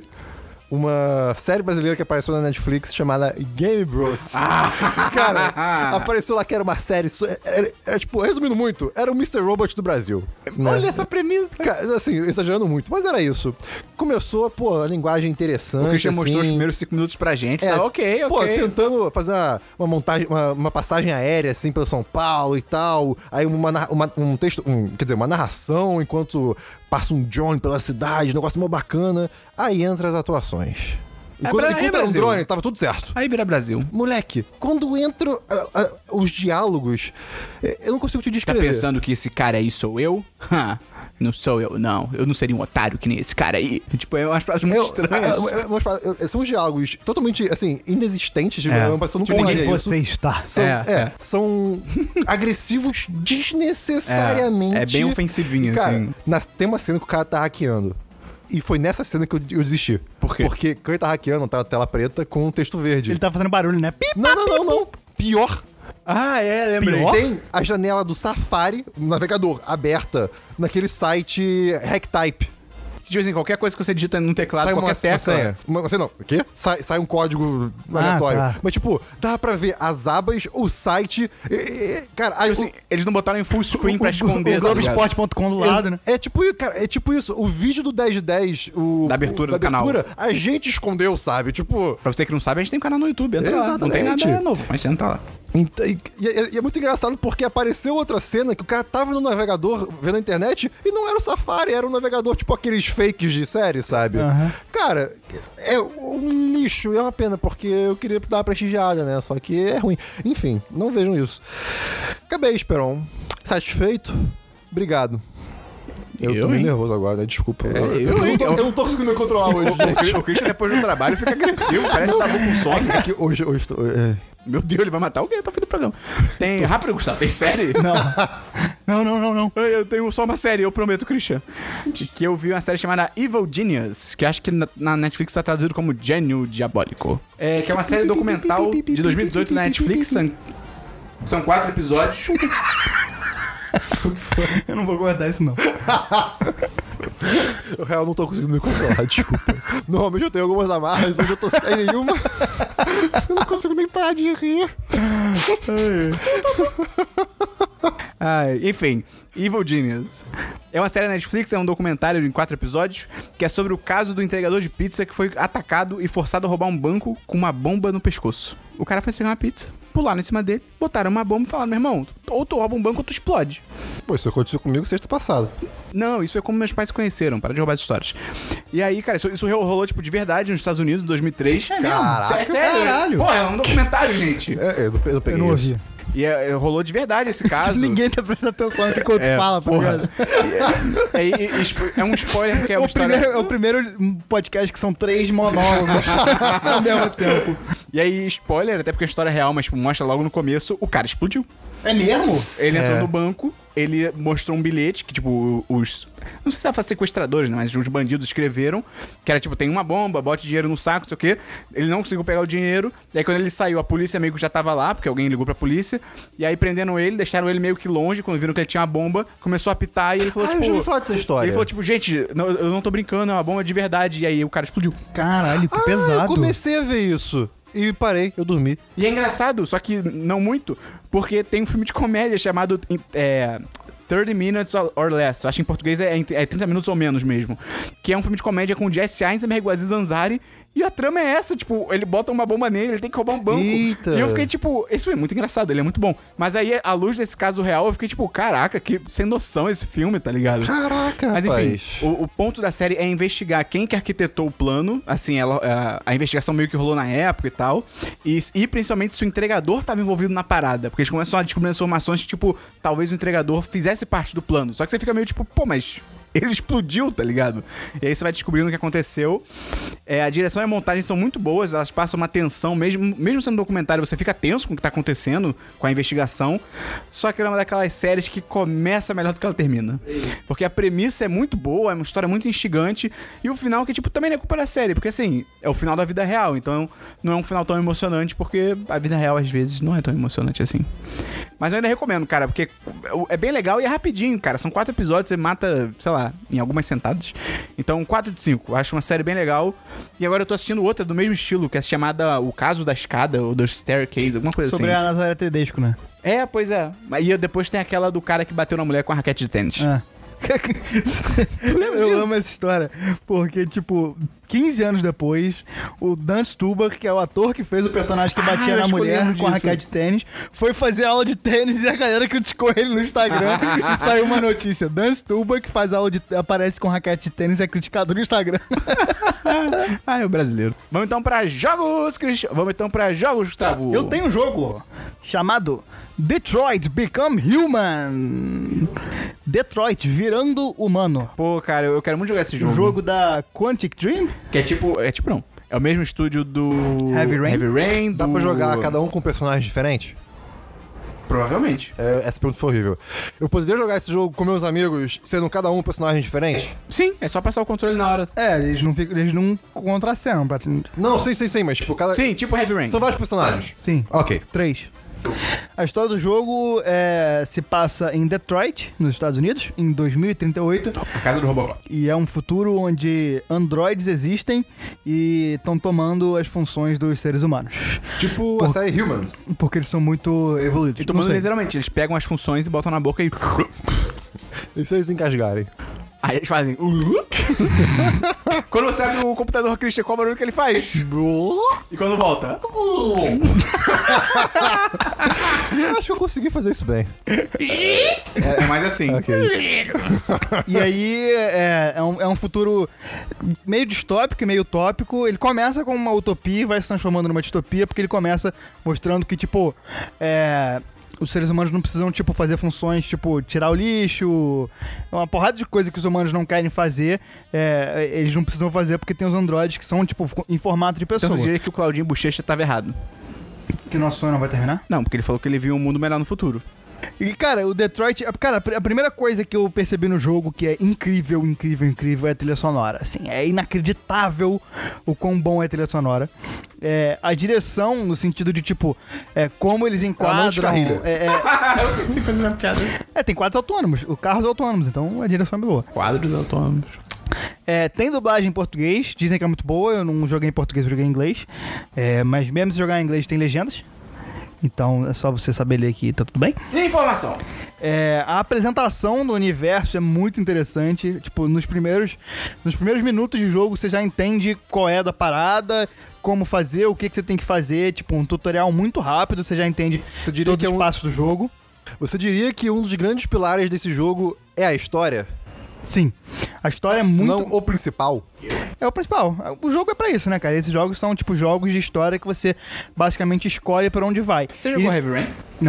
uma série brasileira que apareceu na Netflix chamada Game Bros. Ah. Cara, apareceu lá que era uma série... so- Era, era, tipo, resumindo muito, era o mister Robot do Brasil. né? Olha essa premissa. Ca- Assim, exagerando muito, mas era isso. Começou, pô, a linguagem interessante. O Christian assim, mostrou os primeiros cinco minutos pra gente. É, Tá ok, Pô, ok. tentando fazer uma, uma montagem, uma, uma passagem aérea, assim, pelo São Paulo e tal. Aí uma, narra- uma- um texto, um, quer dizer, uma narração enquanto passa um drone pela cidade, um negócio mó bacana. Aí entra as atuações. Enquanto, Bra- é enquanto era um Brasil. drone, tava tudo certo. Aí vira Brasil. Moleque, quando entram ah, ah, os diálogos, eh, eu não consigo te Tá descrever. pensando que esse cara aí sou eu? Ha, não sou eu, não. Eu não seria um otário que nem esse cara aí. Tipo, é umas frases muito Eu- estranhas. é, é, umas paradas- é, são os diálogos totalmente, assim, inexistentes. É. Eu, eu não Tipo, falaria Onde isso. você está? São, É, é, é. são agressivos desnecessariamente. É, é bem ofensivinho, Cara, assim. na- tem uma cena que o cara tá hackeando. E foi nessa cena que eu, eu desisti. Por quê? Porque quando ele tá hackeando, tá na tela preta com um texto verde. Ele tá fazendo barulho, né? Pip. Não, não, não, não. Pior. Ah, é, lembrei. Tem a janela do Safari, no navegador, aberta naquele site Hacktype. Tipo assim, qualquer coisa que você digita no teclado, Sai uma, qualquer uma tecla. senha. Uma, uma senha não. O quê? Sai, sai um código Ah, aleatório. tá. Mas, tipo, dá pra ver as abas, o site. e- e- cara, aí, Tipo assim, eles não botaram em full screen o- pra o- esconder. o tá ligado? Globoesporte ponto com do lado, né? É tipo, cara, é tipo isso. O vídeo do dez de dez, o, Da abertura o, do canal. a gente escondeu, sabe? Tipo. Pra você que não sabe, a gente tem um canal no YouTube. Entra lá. Não tem Exatamente. nada novo, mas você entra lá. ent- E, e- e é muito engraçado porque apareceu outra cena que o cara tava no navegador vendo a internet e não era o Safari, era um navegador tipo aqueles fakes de série, sabe? Aham. Cara, é um lixo, é uma pena, porque eu queria dar uma prestigiada, né? Só que é ruim. Enfim, não vejam isso. Acabei, Esperon. Satisfeito? Obrigado. Eu, Eu, tô meio hein? nervoso agora, né? Desculpa. eu, eu, não hein? tô, eu não tô conseguindo me controlar hoje, gente. O Christian, depois do trabalho, fica agressivo. Parece que tá bom com sono. É que hoje, hoje tô, é. Meu Deus, ele vai matar alguém, tá fim do programa. Tem. Rápido, Gustavo, tem série? Não. Não, não, não, não. Eu eu tenho só uma série, eu prometo, Christian. Que eu vi uma série chamada Evil Genius, que acho que na, na Netflix tá traduzido como Gênio Diabólico. É, que é uma série documental de dois mil e dezoito na Netflix. São, são quatro episódios. Eu não vou guardar isso, não. Eu real não tô conseguindo me controlar, desculpa. Normalmente eu tenho algumas amarras, hoje eu tô sem nenhuma. Eu não consigo nem parar de rir. Ah, enfim, Evil Genius. É uma série na Netflix, é um documentário em quatro episódios, que é sobre o caso do entregador de pizza que foi atacado e forçado a roubar um banco com uma bomba no pescoço. O cara foi pegar uma pizza, pularam em cima dele, botaram uma bomba e falaram, meu irmão, ou tu rouba um banco ou tu explode. Pô, isso aconteceu comigo sexta passada. Não, isso é como meus pais se conheceram, para de roubar as histórias. E aí, cara, isso, isso rolou, tipo, de verdade nos Estados Unidos, em dois mil e três. É Caraca, é sério? caralho. Pô, é um documentário, gente. É, eu não, eu não peguei Eu não isso. ouvi. E é, é, rolou de verdade esse caso. Ninguém tá prestando atenção no que o outro É, fala, tá porra. ligado? É, e- e- expo- é um spoiler porque é É uma o, história... primeiro, é o primeiro podcast que são três monólogos ao mesmo tempo. E aí, spoiler, até porque a história é real, mas tipo, mostra logo no começo, o cara explodiu. É mesmo? Ele entrou É. no banco, ele mostrou um bilhete que, tipo, os... Não sei se ela faz sequestradores, né? Mas os bandidos escreveram que era tipo, tem uma bomba, bote dinheiro no saco, não sei o quê. Ele não conseguiu pegar o dinheiro. E aí quando ele saiu, a polícia meio que já tava lá, porque alguém ligou pra polícia. E aí prenderam ele, deixaram ele meio que longe. Quando viram que ele tinha uma bomba, começou a apitar e ele falou, Ah, tipo... eu já ouvi falar dessa história. Ele falou, tipo, gente, não, eu não tô brincando, é uma bomba de verdade. E aí o cara explodiu. Caralho, que Ah, pesado. eu comecei a ver isso. E parei, eu dormi. E é engraçado, só que não muito, porque tem um filme de comédia chamado é, thirty minutes or Less. Eu acho que em português é, é trinta minutos ou menos mesmo. Que é um filme de comédia com Jesse Eisenberg e o Aziz Ansari. E a trama é essa, tipo, ele bota uma bomba nele, ele tem que roubar um banco. Eita. E eu fiquei, tipo, esse filme é muito engraçado, ele é muito bom. Mas aí, à luz desse caso real, eu fiquei, tipo, caraca, que sem noção esse filme, tá ligado? Caraca, Mas enfim, rapaz. o, o ponto da série é investigar quem que arquitetou o plano. Assim, ela, a, a investigação meio que rolou na época e tal. E, e principalmente se o entregador estava envolvido na parada. Porque eles começam a descobrir informações que, tipo, talvez o entregador fizesse parte do plano. Só que você fica meio tipo, pô, mas... ele explodiu, tá ligado? E aí você vai descobrindo o que aconteceu. É, a direção e a montagem são muito boas, elas passam uma tensão, mesmo, mesmo sendo documentário, você fica tenso com o que tá acontecendo, com a investigação. Só que é uma daquelas séries que começa melhor do que ela termina. Porque a premissa é muito boa, é uma história muito instigante, e o final que, tipo, também não é culpa da série, porque assim, é o final da vida real, então não é um final tão emocionante, porque a vida real às vezes não é tão emocionante assim. Mas eu ainda recomendo, cara, porque é bem legal e é rapidinho, cara. São quatro episódios, você mata, sei lá, em algumas sentadas. Então, quatro de cinco. Acho uma série bem legal. E agora eu tô assistindo outra do mesmo estilo, que é chamada O Caso da Escada, ou The Staircase, alguma coisa Sobre assim. a Nazaré Tedesco, né? É, pois é. E depois tem aquela do cara que bateu na mulher com a raquete de tênis. Ah. Eu amo essa história, porque, tipo, quinze anos depois, o Dan Stubach, que é o ator que fez o personagem que Ah, batia eu na acho que eu mulher lembro com a disso. raquete de tênis, foi fazer aula de tênis e a galera criticou ele no Instagram e saiu uma notícia. Dan Stubach faz aula de aparece com raquete de tênis e é criticado no Instagram. Ah, é o brasileiro. Vamos então pra jogos, Cristian. Vamos então pra jogos, Gustavo. Eu tenho um jogo chamado Detroit Become Human. Detroit virando humano. Pô, cara, eu quero muito jogar esse O jogo. jogo da Quantic Dream. Que é tipo... É tipo não. É o mesmo estúdio do... Heavy Rain? Heavy Rain, Dá do... pra jogar cada um com um personagem diferente? Provavelmente. É, essa pergunta foi horrível. Eu poderia jogar esse jogo com meus amigos, sendo cada um um personagem diferente? Sim, é só passar o controle na hora. É, eles não, ficam, eles não contracenam. Pra... Não, sim, sim, sim, mas tipo, cada... Sim, tipo Heavy Rain. São vários personagens. Sim. Ok. Três. A história do jogo é, se passa em Detroit, nos Estados Unidos, em dois mil e trinta e oito. A casa do Robocop. E é um futuro onde androides existem e estão tomando as funções dos seres humanos. Tipo a série Humans. Porque eles são muito evoluídos. E Não tomando sei. literalmente, eles pegam as funções e botam na boca e... E se eles engasgarem? Aí eles fazem... Quando você abre o computador, Christian, qual barulho que ele faz? E quando volta? Acho que eu consegui fazer isso bem. É, é mais assim. Ok. E aí é, é, um, é um futuro meio distópico e meio utópico. Ele começa com uma utopia e vai se transformando numa distopia, porque ele começa mostrando que, tipo, é, os seres humanos não precisam, tipo, fazer funções, tipo, tirar o lixo, uma porrada de coisa que os humanos não querem fazer, é, eles não precisam fazer porque tem os androides que são, tipo, em formato de Então pessoa. você diria que o Claudinho Bochecha tava errado. Que nosso sonho não vai terminar? Não, porque ele falou que ele viu um mundo melhor no futuro. E, cara, o Detroit... Cara, a primeira coisa que eu percebi no jogo que é incrível, incrível, incrível é a trilha sonora. Assim, é inacreditável o quão bom é a trilha sonora. É, a direção, no sentido de, tipo, é, como eles enquadram... descarrilha. É, é, Eu pensei fazer uma piada. é, tem quadros autônomos, o carros autônomos, então a direção é boa. Quadros autônomos. É, tem dublagem em português, dizem que é muito boa, eu não joguei em português, eu joguei em inglês. É, mas mesmo se jogar em inglês tem legendas. Então é só você saber ler aqui, tá tudo bem. E informação? É, a apresentação do universo é muito interessante. Tipo, nos primeiros, nos primeiros minutos de jogo você já entende qual é da parada, como fazer, o que, que você tem que fazer. Tipo, um tutorial muito rápido, você já entende Você diria todos que é os um- passos do jogo. Você diria que um dos grandes pilares desse jogo é a história? Sim. A história é Se muito... não o principal? É o principal. O jogo é pra isso, né, cara? Esses jogos são, tipo, jogos de história que você basicamente escolhe pra onde vai. Você jogou E- Heavy Rain? Não.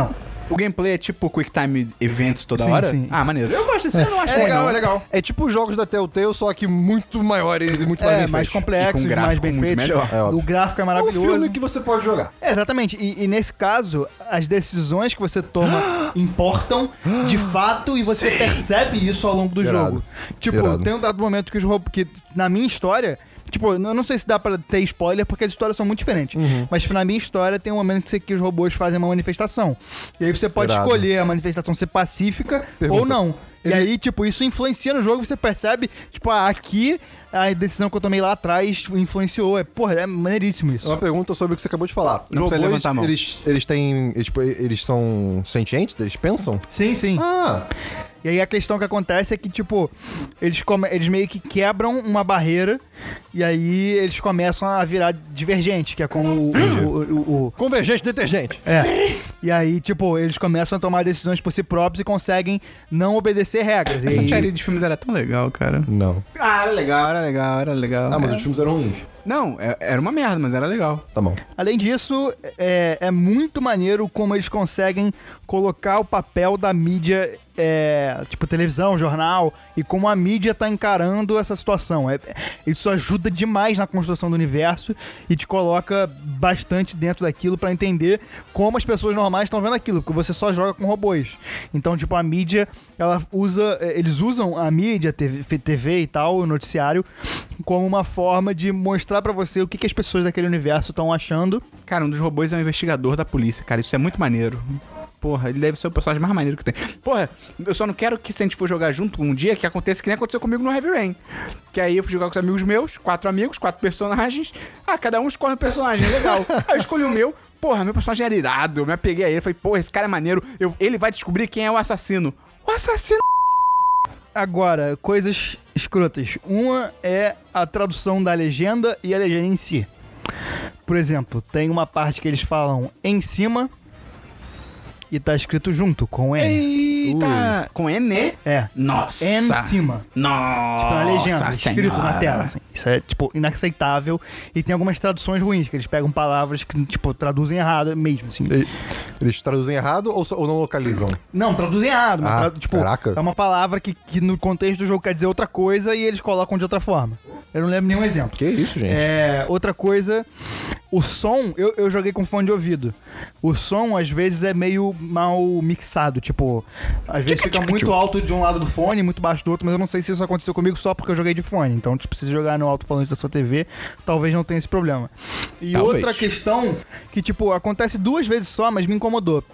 O gameplay é tipo Quick Time Events toda Sim, hora? sim. Ah, maneiro. Eu gosto desse, eu não acho É ruim, legal, não. é legal. É tipo os jogos da Telltale, só que muito maiores e muito mais É, bem mais feitos. complexos, E com mais gráfico bem muito feitos. melhor. É óbvio. O gráfico é É um maravilhoso. filme que você pode jogar. É, exatamente. E, e nesse caso, as decisões que você toma importam de fato e você Sim. percebe isso ao longo do Irado. jogo. Tipo, Irado. tem um dado momento que os robôs. Que na minha história. Tipo, eu não sei se dá pra ter spoiler, porque as histórias são muito diferentes. Uhum. Mas na minha história tem um momento que, você, que os robôs fazem uma manifestação. E aí você pode Irado. escolher a manifestação ser pacífica Pergunta. ou não. E Ele- aí, tipo, isso influencia no jogo, você percebe, tipo, ah, aqui a decisão que eu tomei lá atrás influenciou. É, porra, é maneiríssimo isso. Uma pergunta sobre o que você acabou de falar. Não Os precisa robôs, levantar a mão. eles, eles têm. Eles, tipo, eles são sentientes? Eles pensam? Sim, sim. Ah, E aí a questão que acontece é que, tipo, eles, come- eles meio que quebram uma barreira e aí eles começam a virar divergente, que é como o... o- o- o- convergente detergente. é. E aí, tipo, eles começam a tomar decisões por si próprios e conseguem não obedecer regras. E Essa aí- série de filmes era tão legal, cara. Não. Ah, era legal, era legal, era legal. Ah, mas É. os filmes eram ruins. Não, é- era uma merda, mas era legal. Tá bom. Além disso, é, é muito maneiro como eles conseguem colocar o papel da mídia, é, tipo televisão, jornal, e como a mídia tá encarando essa situação. É, isso ajuda demais na construção do universo e te coloca bastante dentro daquilo pra entender como as pessoas normais estão vendo aquilo, porque você só joga com robôs. Então, tipo, a mídia, ela usa, eles usam a mídia, T V, T V e tal, o noticiário, como uma forma de mostrar pra você o que, que as pessoas daquele universo estão achando. Cara, um dos robôs é um investigador da polícia, cara. Isso é muito maneiro. Porra, ele deve ser o personagem mais maneiro que tem. Porra, eu só não quero que, se a gente for jogar junto um dia, que aconteça que nem aconteceu comigo no Heavy Rain. Que aí eu fui jogar com os amigos meus, quatro amigos, quatro personagens. Ah, cada um escolhe um personagem, legal. Aí eu escolhi o meu. Porra, meu personagem era irado. Eu me apeguei a ele. Falei, porra, esse cara é maneiro. Eu, ele vai descobrir quem é o assassino. O assassino. Agora, coisas escrotas. Uma é a tradução da legenda e a legenda em si. Por exemplo, tem uma parte que eles falam em cima e tá escrito junto, com N. Eita. Com N? É. Nossa. Em cima. Nossa. Tipo, na legenda, escrito na Senhora. tela. Assim. Isso é, tipo, inaceitável. E tem algumas traduções ruins, que eles pegam palavras que, tipo, traduzem errado mesmo, assim. E- Eles traduzem errado ou, só- ou não localizam? Não, traduzem errado. mas Ah, tra- tipo, caraca. é uma palavra que, que no contexto do jogo quer dizer outra coisa e eles colocam de outra forma. Eu não lembro nenhum exemplo. Que isso, gente? É, outra coisa, o som, eu, eu joguei com fone de ouvido. O som, às vezes, é meio mal mixado. Tipo, às vezes fica muito alto de um lado do fone, muito baixo do outro, mas eu não sei se isso aconteceu comigo só porque eu joguei de fone. Então, tipo, se você jogar no alto-falante da sua T V, talvez não tenha esse problema. E Talvez. outra questão que, tipo, acontece duas vezes só, mas me incomodou.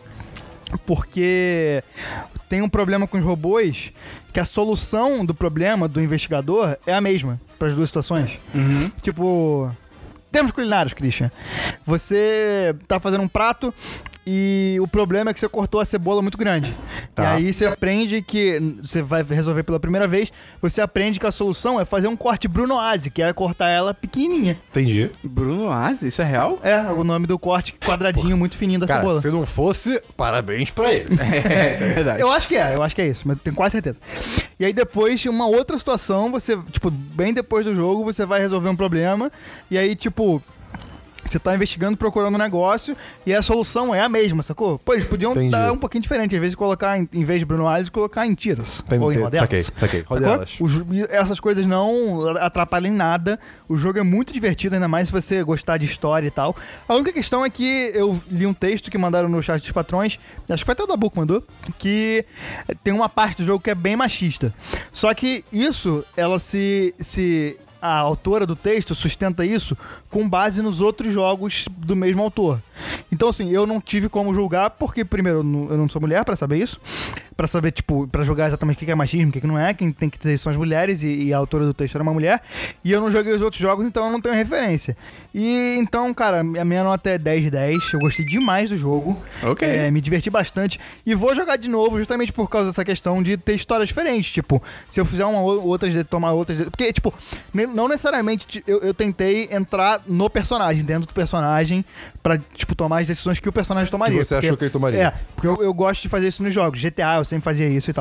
Porque tem um problema com os robôs que a solução do problema do investigador é a mesma para as duas situações. Tipo, termos culinários, Christian. Você tá fazendo um prato e o problema é que você cortou a cebola muito grande. Tá. E aí você aprende que você vai resolver pela primeira vez, você aprende que a solução é fazer um corte Brunoise, que é cortar ela pequenininha. Entendi. Bruno Aze, isso é real? É, o nome do corte quadradinho muito fininho da Cara, cebola. se não fosse, parabéns pra ele. É, isso é verdade. Eu acho que é, eu acho que é isso, mas tenho quase certeza. E aí depois, uma outra situação, você, tipo, bem depois do jogo, você vai resolver um problema, e aí, tipo, você tá investigando, procurando um negócio, e a solução é a mesma, sacou? Pô, eles podiam Entendi. dar um pouquinho diferente, às vezes colocar, em, em vez de Bruno Alves, colocar em tiras. Tem- ou em tem- rodelas. saquei, saquei. Sacou? Rodelas. O jo- e essas coisas não atrapalham em nada. O jogo é muito divertido, ainda mais se você gostar de história e tal. A única questão é que eu li um texto que mandaram no chat dos patrões, acho que foi até o Dabu que mandou, que tem uma parte do jogo que é bem machista. Só que isso, ela se... se a autora do texto sustenta isso com base nos outros jogos do mesmo autor. Então, assim, eu não tive como julgar, porque, primeiro, eu não, eu não sou mulher pra saber isso. Pra saber, tipo, pra julgar exatamente o que é machismo, o que não é. Quem tem que dizer isso são as mulheres, e, e a autora do texto era uma mulher. E eu não joguei os outros jogos, então eu não tenho referência. E, então, cara, a minha nota é dez de dez. Eu gostei demais do jogo. Ok. É, me diverti bastante. E vou jogar de novo, justamente por causa dessa questão de ter histórias diferentes. Tipo, se eu fizer uma ou- outras, de- tomar outras... de- Porque, tipo, ne- não necessariamente t- eu, eu tentei entrar no personagem, dentro do personagem, pra, tipo, tomar as decisões que o personagem tomaria. Que você porque- achou que ele tomaria. É, porque eu, eu gosto de fazer isso nos jogos. G T A, eu sempre fazia isso e tal.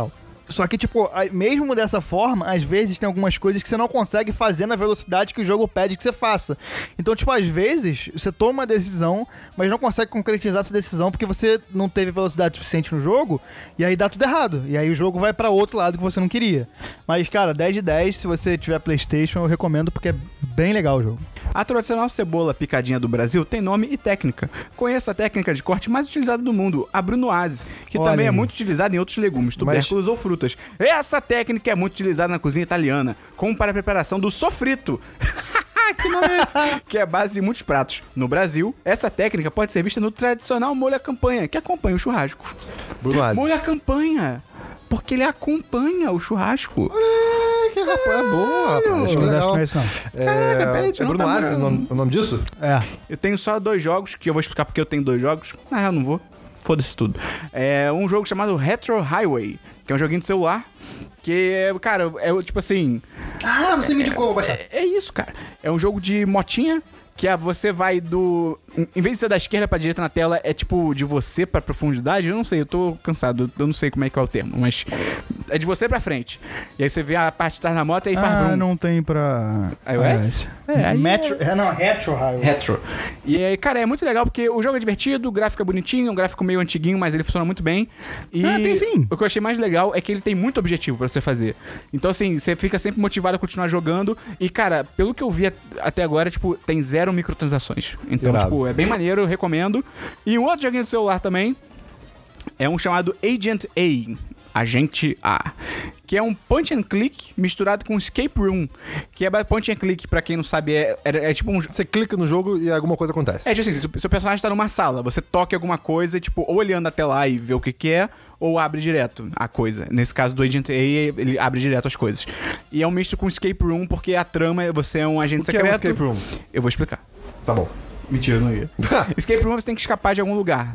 Só que, tipo, a- mesmo dessa forma, às vezes tem algumas coisas que você não consegue fazer na velocidade que o jogo pede que você faça. Então, tipo, às vezes você toma uma decisão, mas não consegue concretizar essa decisão porque você não teve velocidade suficiente no jogo, e aí dá tudo errado. E aí o jogo vai pra outro lado que você não queria. Mas, cara, dez de dez, se você tiver PlayStation, eu recomendo porque é bem legal o jogo. A tradicional cebola picadinha do Brasil tem nome e técnica. Conheça a técnica de corte mais utilizada do mundo, a brunoise, que Olha também é aí. muito utilizada em outros legumes, tubérculos ou frutas. Essa técnica é muito utilizada na cozinha italiana, como para a preparação do sofrito. Que nome é esse? Que é a base de muitos pratos. No Brasil, essa técnica pode ser vista no tradicional molho à campanha, que acompanha o churrasco. Bruno Aze. Molho à campanha, porque ele acompanha o churrasco. Ah, que rapaz, é bom, rapaz. Acho Eu acho que legal. não é isso, não. É, Caraca, peraí, tu é não Bruno tá Aze o nome, o nome disso? É. Eu tenho só dois jogos, que eu vou explicar porque eu tenho dois jogos. Na real, não vou. Foda-se tudo. É um jogo chamado Retro Highway, que é um joguinho de celular. Que, cara, é tipo assim... Ah, você me indicou, vou baixar. É, é isso, cara. É um jogo de motinha, que é, você vai do... Em em vez de ser da esquerda pra direita na tela, é tipo de você pra profundidade. Eu não sei, eu tô cansado. Eu não sei como é que é o termo, mas... É de você pra frente. E aí você vê a parte de trás na moto e aí faz... Ah, vrum. não tem pra... iOS? É, aí Metro... É, não, Retro Highway. Retro. E aí, cara, é muito legal porque o jogo é divertido, o gráfico é bonitinho, é um gráfico meio antiguinho, mas ele funciona muito bem. E Ah, tem sim. o que eu achei mais legal é que ele tem muito objetivo pra você fazer. Então, assim, você fica sempre motivado a continuar jogando. E, cara, pelo que eu vi at- até agora, tipo, tem zero microtransações. Então, Irado. tipo, é bem maneiro, eu recomendo. E um outro joguinho do celular também é um chamado Agent A. Agente A, que é um point and click misturado com escape room, que é point and click, pra quem não sabe, é, é, é tipo um... Você clica no jogo e alguma coisa acontece. É, tipo assim, seu, seu personagem tá numa sala, você toca em alguma coisa, tipo, ou ele anda até lá e vê o que que é, ou abre direto a coisa. Nesse caso do Agent A, ele abre direto as coisas. E é um misto com escape room, porque a trama é você é um agente O que é um secreto. escape room? Eu vou explicar. Tá bom. Mentira, não ia. Escape room você tem que escapar de algum lugar.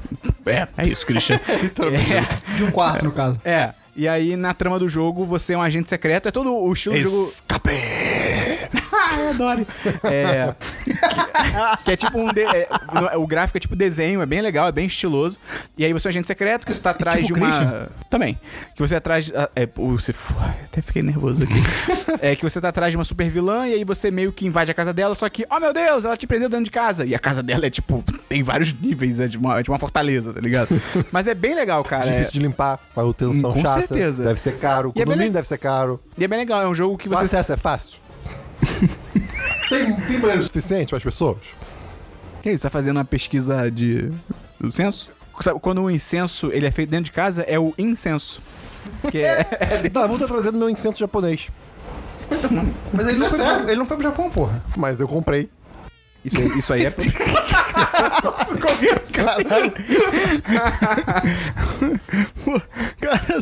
É, é isso, Christian. é, De um quarto, no caso. é. E aí, na trama do jogo, você é um agente secreto. É todo o estilo do jogo... Escape! Ah, eu adoro. É, que, que é tipo um... De, é, o gráfico é tipo desenho, é bem legal, é bem estiloso. E aí você é um agente secreto que você tá atrás tipo de uma... Christian? Também. Que você é atrás... É, você, até fiquei nervoso aqui. É que você tá atrás de uma super vilã e aí você meio que invade a casa dela, só que, oh meu Deus, ela te prendeu dentro de casa. E a casa dela é tipo... Tem vários níveis, é de uma, é de uma fortaleza, tá ligado? Mas é bem legal, cara. Difícil de limpar, manutenção Com chata. certeza. Deve ser caro. O E é bem condomínio le- deve ser caro. E é bem legal, é um jogo que O você... acesso é fácil? tem, tem banheiro suficiente para as pessoas? Que isso? Tá fazendo uma pesquisa de... do censo? Sabe, quando o incenso ele é feito dentro de casa, é o incenso. Que é... Tá, vou estar trazendo meu incenso japonês. Mas ele não, É foi sério? pro, ele não foi pro Japão, porra. Mas eu comprei. Isso, aí- isso aí é... Caralho. Pô, cara...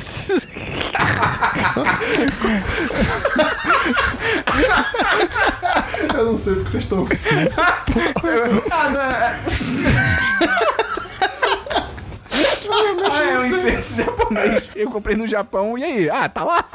Eu não sei porque vocês estão... ah, não é... ah, é um incenso japonês. Eu comprei no Japão, e aí? Ah, tá lá.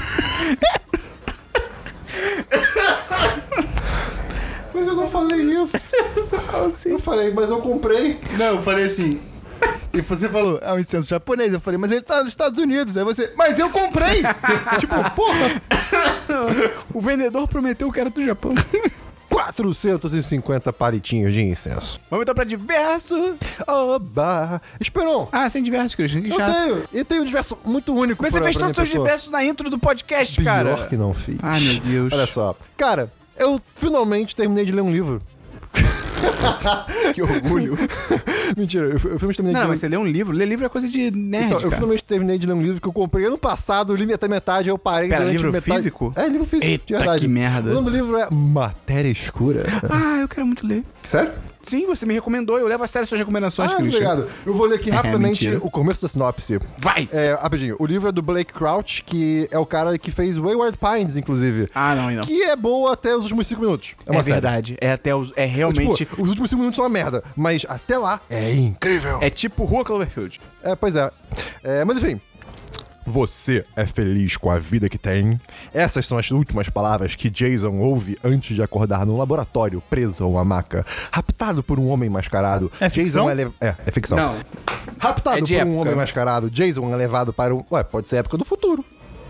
Mas eu não falei isso. Eu falei, mas eu comprei. Não, eu falei assim... E você falou, é um incenso japonês. Eu falei, mas ele tá nos Estados Unidos. Aí você, mas eu comprei! Tipo, porra! O vendedor prometeu que era do Japão. quatrocentos e cinquenta palitinhos de incenso. Vamos então pra diverso. Oba! Esperon! Ah, sem diverso, Christian. Que Eu chato. tenho. E tem um diverso muito único. Mas você pra- fez pra todos os minha seus pessoa. diversos na intro do podcast, Pior cara. que não fiz. Ai, meu Deus. Olha só. Cara, eu finalmente terminei de ler um livro. Que orgulho. Mentira, eu, eu finalmente terminei Não, de ler mas você lê um livro. Ler livro é coisa de nerd, Então, eu cara. finalmente terminei de ler um livro que eu comprei ano passado, li até metade, eu parei Pera, durante livro metade... físico? É, livro físico, Eita, de verdade. que merda. O nome do livro é Matéria Escura. Ah, eu quero muito ler. Sério? Sim, você me recomendou. Eu levo a sério suas recomendações, Ah, Christian. obrigado. Eu vou ler aqui É, rapidamente mentira. o começo da sinopse. Vai! É, rapidinho. O livro é do Blake Crouch, que é o cara que fez Wayward Pines, inclusive. Ah, não, não. Que é boa até os últimos cinco minutos. É É, uma série. verdade. É até os... É realmente... Tipo, os últimos cinco minutos são uma merda, mas até lá é incrível. É tipo Rua Cloverfield. É, pois é. É, mas enfim. Você é feliz com a vida que tem? Essas são as últimas palavras que Jason ouve antes de acordar num laboratório preso a uma maca, raptado por um homem mascarado. É ficção? Jason é, le- é, é ficção. Não. Raptado É de por um época. homem mascarado, Jason é levado para um... Ué, pode ser época do futuro.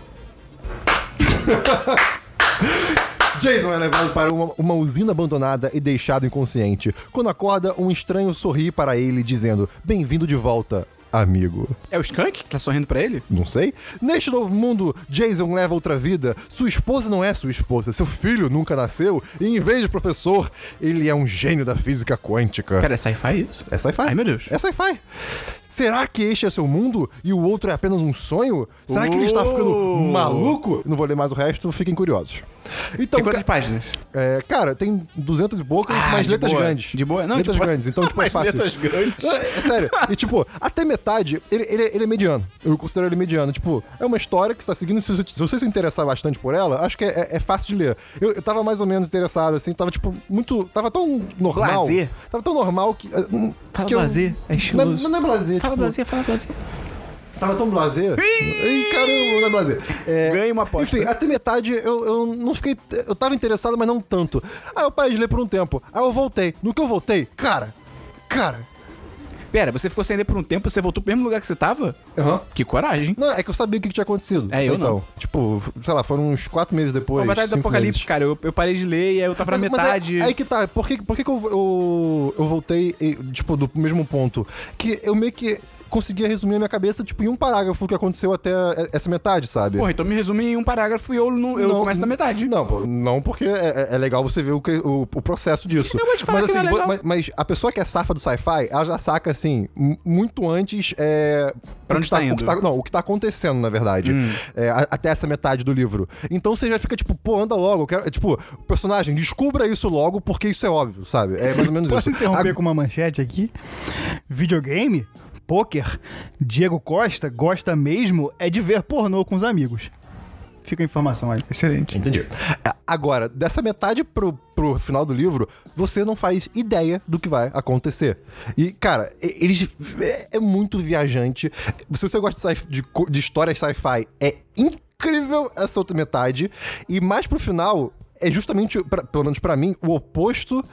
Jason é levado para uma, uma usina abandonada e deixado inconsciente. Quando acorda, um estranho sorri para ele, dizendo: bem-vindo de volta, amigo. É o Skunk que tá sorrindo pra ele? Não sei. Neste novo mundo, Jason leva outra vida. Sua esposa não é sua esposa. Seu filho nunca nasceu. E em vez de professor, ele é um gênio da física quântica. Pera, é sci-fi isso? É sci-fi. Ai, meu Deus. É sci-fi. Será que este é seu mundo e o outro é apenas um sonho? Será que ele está ficando Oh. maluco? Não vou ler mais o resto, fiquem curiosos. Então, Tem quantas ca- páginas? é, cara, tem duzentas e poucas, Ah, mas de letras boa. grandes. De boa? Não, letras tipo- grandes, então tipo, é Mas fácil. letras grandes. É, é sério. E tipo, até metade, ele, ele, ele é mediano. Eu considero ele mediano. Tipo, é uma história que você tá seguindo. Se, você- se você se interessar bastante por ela, acho que é, é- é fácil de ler. Eu, eu tava mais ou menos interessado, assim, tava tipo, muito. Tava tão normal. Blazer. Tava tão normal que. uh, hum, Fala que eu- blazer, é Não, estiloso. é- não é blazer, Fala tipo, blazer, fala blazer. Tava tão blazer. Ih, caramba, não é blazer. É, Ganhei uma aposta. Enfim, até metade eu, eu não fiquei. Eu tava interessado, mas não tanto. Aí eu parei de ler por um tempo. Aí eu voltei. No que eu voltei, cara. Cara. Pera, você ficou sem ler por um tempo, você voltou pro mesmo lugar que você tava? Aham. Que coragem. Não, é que eu sabia o que que tinha acontecido. É, eu então, não. Tipo, sei lá, foram uns quatro meses depois. Pô, Batalha do cinco Apocalipse, meses. cara, eu, eu parei de ler e aí eu tava Mas- na mas é- metade. é aí que tá. Por que, por que, que eu, eu, eu voltei, e, tipo, do mesmo ponto? Que eu meio que conseguia resumir na minha cabeça, tipo, em um parágrafo o que aconteceu até essa metade, sabe? Porra, então me resume em um parágrafo e eu, não, eu Não, começo na metade. Não, pô, não porque é, é legal você ver o, cre- o, o processo disso. Eu vou te falar mas, que assim, não é legal. mas, mas a pessoa que é safa do sci-fi, ela já saca, assim, m- muito antes é, Pra o onde que tá, tá o indo? que tá- não, o que tá acontecendo, na verdade. Hum. É, a- até essa metade do livro. Então você já fica, tipo, pô, anda logo. Eu quero, tipo, o personagem, descubra isso logo, porque isso é óbvio, sabe? É mais ou menos Posso isso. interromper A- com uma manchete aqui? Videogame? Poker? Diego Costa gosta mesmo é de ver pornô com os amigos. Fica a informação aí. Excelente. Entendi. A- Agora, dessa metade pro, pro final do livro, você não faz ideia do que vai acontecer. E, cara, e- eles. É, é muito viajante. Se você gosta de, sci- de, co- de histórias sci-fi, é incrível essa outra metade. E mais pro final. É justamente, pra- pelo menos pra mim, o oposto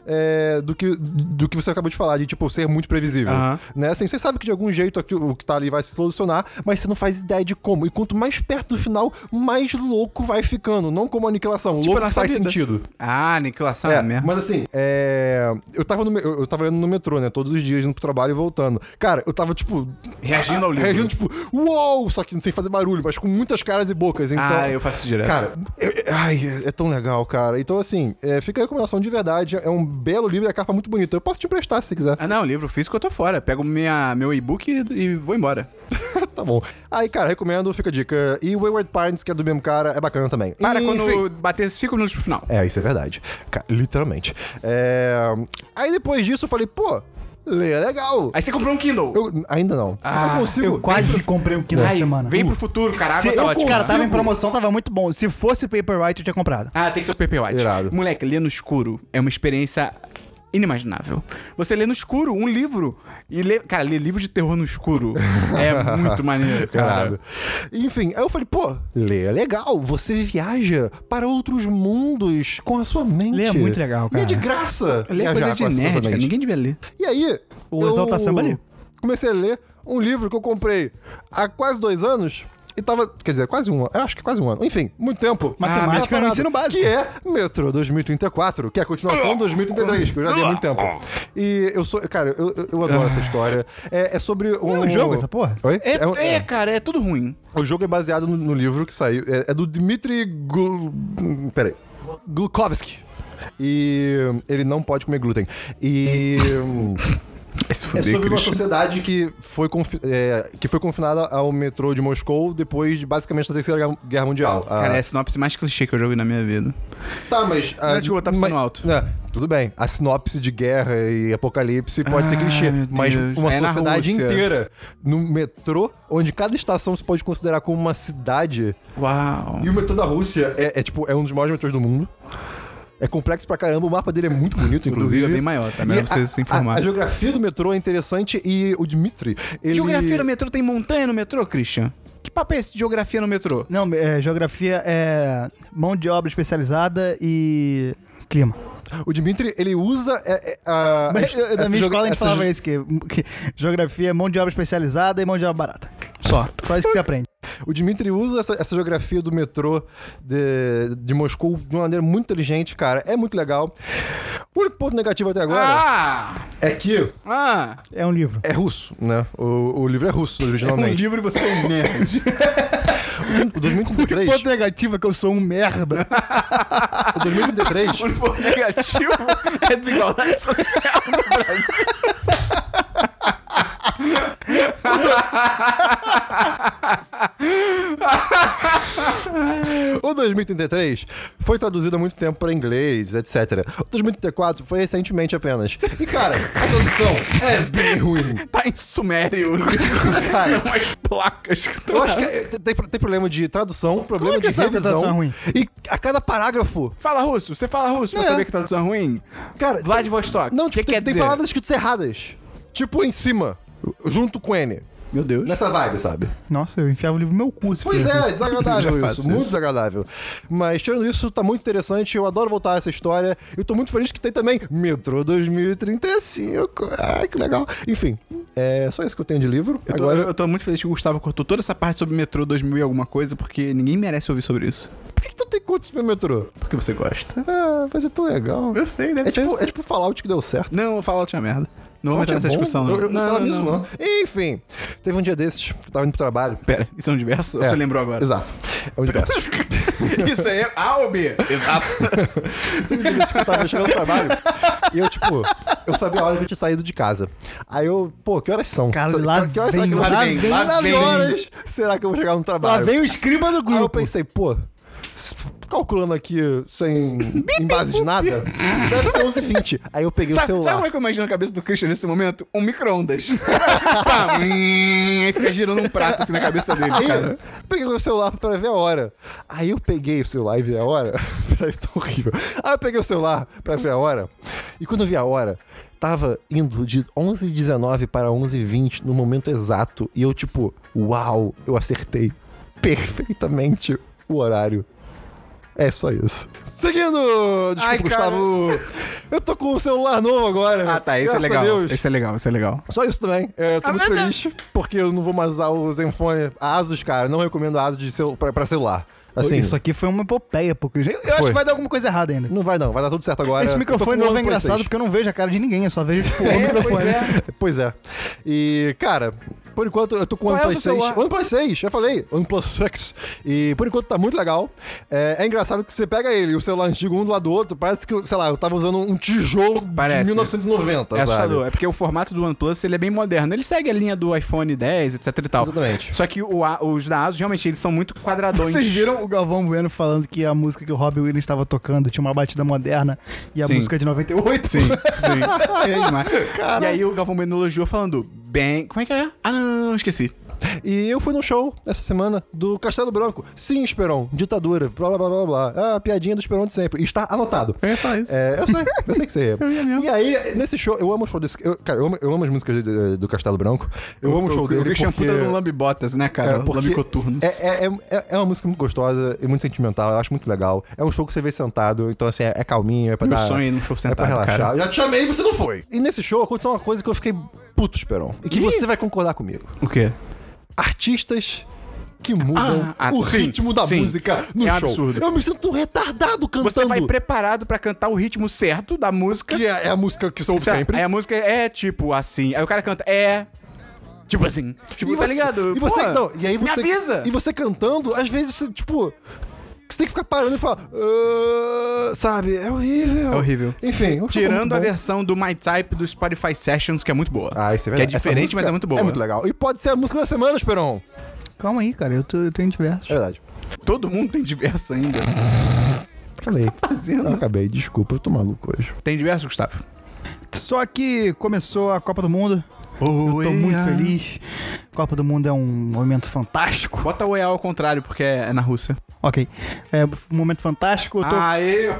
é, do, que, do que você acabou de falar, de, tipo, ser muito previsível. Aham. Né? Assim, você sabe que de algum jeito aquilo, o que tá ali vai se solucionar, mas você não faz ideia de como. E quanto mais perto do final, mais louco vai ficando. Não como aniquilação. Tipo, louco a nossa faz vida. sentido. Ah, aniquilação É, é mesmo. mas assim, é, eu tava no me- eu eu tava indo no metrô, né? Todos os dias indo pro trabalho e voltando. Cara, eu tava, tipo. Reagindo ao livro. Reagindo, tipo, uou! Só que sem fazer barulho, mas com muitas caras e bocas. Então, Ah, eu faço isso direto. Cara, eu- eu- ai, é, é tão legal, cara. Então, assim, é, fica a recomendação de verdade. É um belo livro e a capa é muito bonita. Eu posso te emprestar se você quiser. Ah, não, livro físico eu tô fora. Pego minha, meu e-book e, e vou embora. Tá bom. Aí, cara, recomendo, fica a dica. E Wayward Pines, que é do mesmo cara, é bacana também. Para Enfim. quando bater cinco minutos pro final. É, isso é verdade. Ca- literalmente. É, Aí depois disso eu falei, pô, ler é legal. Aí você comprou um Kindle. Eu, ainda não. Ah, eu não consigo. Eu quase comprei um Kindle Ai, essa semana. vem pro futuro, cara. A Se, água tá eu, ótima. cara, tava em consigo. promoção, tava muito bom. Se fosse Paperwhite, eu tinha comprado. Ah, tem que ser o Paperwhite. Irado. Moleque, ler no escuro é uma experiência inimaginável. Você lê no escuro um livro e lê... Cara, ler livro de terror no escuro é muito maneiro, cara. Caralho. Enfim, aí eu falei, pô, ler é legal. Você viaja para outros mundos com a sua mente. Ler é muito legal, E é cara. de graça. Ler viajar coisa com de a sua nerd, cara. mente. Ninguém devia ler. E aí, O Exalta Samba ali. comecei a ler um livro que eu comprei há quase dois anos e tava, quer dizer, quase um ano, eu acho que quase um ano, enfim, muito tempo. Matemática Ah, parada, no ensino básico. Que é Metrô dois mil e trinta e quatro, que é a continuação de dois mil e trinta e três, que eu já li há muito tempo. E eu sou, cara, eu, eu- eu adoro essa história. É, é sobre um... É um jogo essa porra? Oi? É, um- é, cara, é tudo ruim. O jogo é baseado no, no livro que saiu, é, é do Dmitry Gul... hum, Peraí. Glukovsky. E ele não pode comer glúten. E... Esse É fuder, sobre uma Christian. sociedade que foi, confi- é, que foi confinada ao metrô de Moscou depois de basicamente da Terceira Guerra- Guerra Mundial. Cara, Ah, é a sinopse mais clichê que eu já vi na minha vida. Tá, mas... Não, desculpa, tá pensando alto. É, tudo bem. A sinopse de guerra e apocalipse pode ser Ah, clichê, meu mas Deus. uma É na sociedade Rússia. inteira no metrô, onde cada estação se pode considerar como uma cidade. Uau. E o metrô da Rússia é, é, tipo, é um dos maiores metrôs do mundo. É complexo pra caramba, o mapa dele é muito bonito, inclusive. é bem maior, tá? Melhor E você a- se informar. A, a geografia do metrô é interessante e o Dmitry, ele... Geografia no metrô tem montanha no metrô, Christian? Que papo é esse de geografia no metrô? Não, é, geografia é mão de obra especializada e clima. O Dimitri, ele usa é, é, a... Mas, essa- na essa minha joga- escola a gente essa falava jo- isso, que, que geografia é mão de obra especializada e mão de obra barata. Só. Só isso que você aprende. O Dimitri usa essa, essa geografia do metrô de, de Moscou de uma maneira muito inteligente, cara. É muito legal. O único ponto negativo até agora Ah! é que Ah! É um livro. é russo, né? O, o livro é russo, É um originalmente. livro e você é um nerd. O dois mil e trinta e três, Ponto negativo é que eu sou um merda. o dois mil e trinta e três, O ponto negativo é desigualdade social no Brasil. o dois mil e trinta e três foi traduzido há muito tempo para inglês, etcétera. O dois mil e trinta e quatro foi recentemente apenas. E, cara, a tradução é bem ruim. Tá em sumério. Cara, São as placas que estão. eu acho que é- tem, tem problema de tradução, problema Como é que de sabe que a revisão. tradução é ruim? E a cada parágrafo, Fala russo, você fala russo pra É. saber que tradução é ruim? cara... Vladivostok. Não, o que tipo, quer tem, tem dizer? palavras escritas erradas. Tipo, em cima, junto com N. Meu Deus. Nessa vibe, sabe? Nossa, eu enfiava o livro no meu cu. se Pois fizesse é, isso. desagradável Já isso, faço muito isso. desagradável. Mas tirando isso, tá muito interessante, eu adoro voltar a essa história. Eu tô muito feliz que tem também Metrô dois mil e trinta e cinco. Ai, que legal. Enfim, é só isso que eu tenho de livro. Eu tô, Agora, eu tô muito feliz que o Gustavo cortou toda essa parte sobre Metrô dois mil e alguma coisa, porque ninguém merece ouvir sobre isso. por que, que tu tem contas pro Metrô? Porque você gosta. Ah, mas é tão legal. Eu sei, deve É tipo, é tipo Fallout que deu certo. Não, eu falo tinha merda. Não vou Fallout entrar é nessa bom? discussão, não. Eu, eu não, não, tava nisso, não. Enfim, teve um dia desses que eu tava indo pro trabalho. Pera, isso é um diverso? Ou É, você lembrou agora? Exato. É um diverso. Isso aí é A ou B? Exato. Teve um dia desses que eu tava chegando no trabalho e eu, tipo, eu sabia a hora que eu tinha saído de casa. Aí eu, pô, que horas são? Cara, Sabe- lá que horas será vem, que eu vou lá chegar? vem, lá Lá vem. horas será que eu vou chegar no Lá trabalho? vem o escriba do Aí eu grupo. pensei, pô, s- calculando aqui sem em base de nada, deve ser onze e vinte. Aí eu peguei o Sabe, celular. sabe como é que eu imagino a cabeça do Christian nesse momento? Um micro-ondas. Pá, hum, aí fica girando um prato assim na cabeça dele, Aí, cara. peguei o celular pra ver a hora. Aí eu peguei o celular e vi a hora. Peraí, isso tá horrível. Aí eu peguei o celular pra ver a hora. E quando eu vi a hora, tava indo de onze e dezenove para onze e vinte no momento exato. E eu, tipo, uau, eu acertei perfeitamente o horário. É só isso. Seguindo! Desculpa, Ai, Gustavo. Eu tô com um celular novo agora. Ah, tá, esse é Graças a legal. Deus. Esse é legal, esse é legal. Só isso também. É, eu tô Ah, muito mas é- feliz porque eu não vou mais usar o Zenfone Asus, cara. Não recomendo Asus de celu pra, pra celular. Assim, Isso aqui foi uma epopeia, porque eu acho Foi. que vai dar alguma coisa errada ainda. não vai não, vai dar tudo certo agora. Esse Eu tô microfone com novo o é OnePlus engraçado seis. porque eu não vejo a cara de ninguém, eu só vejo tipo, o microfone. Pois é. E, cara, por enquanto eu tô com o Qual é o OnePlus seu seis. celular? OnePlus seis, já falei. OnePlus seis. E por enquanto tá muito legal. É, é engraçado que você pega ele e o celular antigo um do lado do outro, parece que, sei lá, eu tava usando um tijolo Parece. de mil novecentos e noventa, É sabe? assustador. É porque o formato do OnePlus ele é bem moderno. Ele segue a linha do iPhone dez, etc e tal. Exatamente. Só que o A- os da Asus, realmente, eles são muito quadradões. Vocês viram o Galvão Bueno falando que a música que o Robbie Williams estava tocando tinha uma batida moderna e a Sim. música é de noventa e oito? Sim, sim. É demais. E aí o Galvão Bueno elogiou falando, bem... Como é que é? Ah, não, não, não, esqueci. E eu fui no show essa semana do Castelo Branco. Sim, Esperon, ditadura, blá blá blá blá blá. Ah, a piadinha do Esperon de sempre. E está anotado. Eu ia falar isso. É, eu sei, eu sei que você Eu ia mesmo. E aí, nesse show, eu amo o show desse. Eu, cara, eu amo, eu amo as músicas do, do Castelo Branco. Eu amo o show o, dele. O Christian porque, puta do Lambibotas, né, cara? é, porque Lambicoturnos. é, é, é, é uma música muito gostosa e muito sentimental. Eu acho muito legal. É um show que você vê sentado, então assim, é, é calminho, é pra Meu dar. sonho é ir num show É sentado, pra relaxar. cara. Eu já te chamei e você não foi. E nesse show aconteceu uma coisa que eu fiquei puto, Esperon. E que Ih! você vai concordar comigo. O quê? Artistas que mudam Ah, ah, o sim, ritmo da sim. música no É um show. absurdo. Eu me sinto retardado cantando. Você vai preparado pra cantar o ritmo certo da música. Que é, é a música que sou Certo? sempre. Aí a música é tipo assim. Aí o cara canta, é. Tipo assim. Tipo, E tá você- ligado? E você, Pô, não, e aí me você, avisa! E você cantando, às vezes você, tipo, você tem que ficar parando e falar, "Ah", sabe? É horrível. É horrível. Enfim, o show foi Tirando muito a bom. versão do My Type do Spotify Sessions, que é muito boa. Ah, isso é Que é verdade. Essa diferente, música mas é muito boa. É muito legal. E pode ser a música da semana, Esperon. Calma aí, cara, eu, tô, eu tenho diversos. É verdade. Todo mundo tem diverso ainda. Acabei. Fazendo. Eu acabei, desculpa, eu tô maluco hoje. Tem diverso, Gustavo? Só que começou a Copa do Mundo. Eu tô muito feliz. Copa do Mundo é um momento fantástico. Bota o E A ao contrário, porque é na Rússia. Ok. É um momento fantástico. Eu tô, Ah, eu!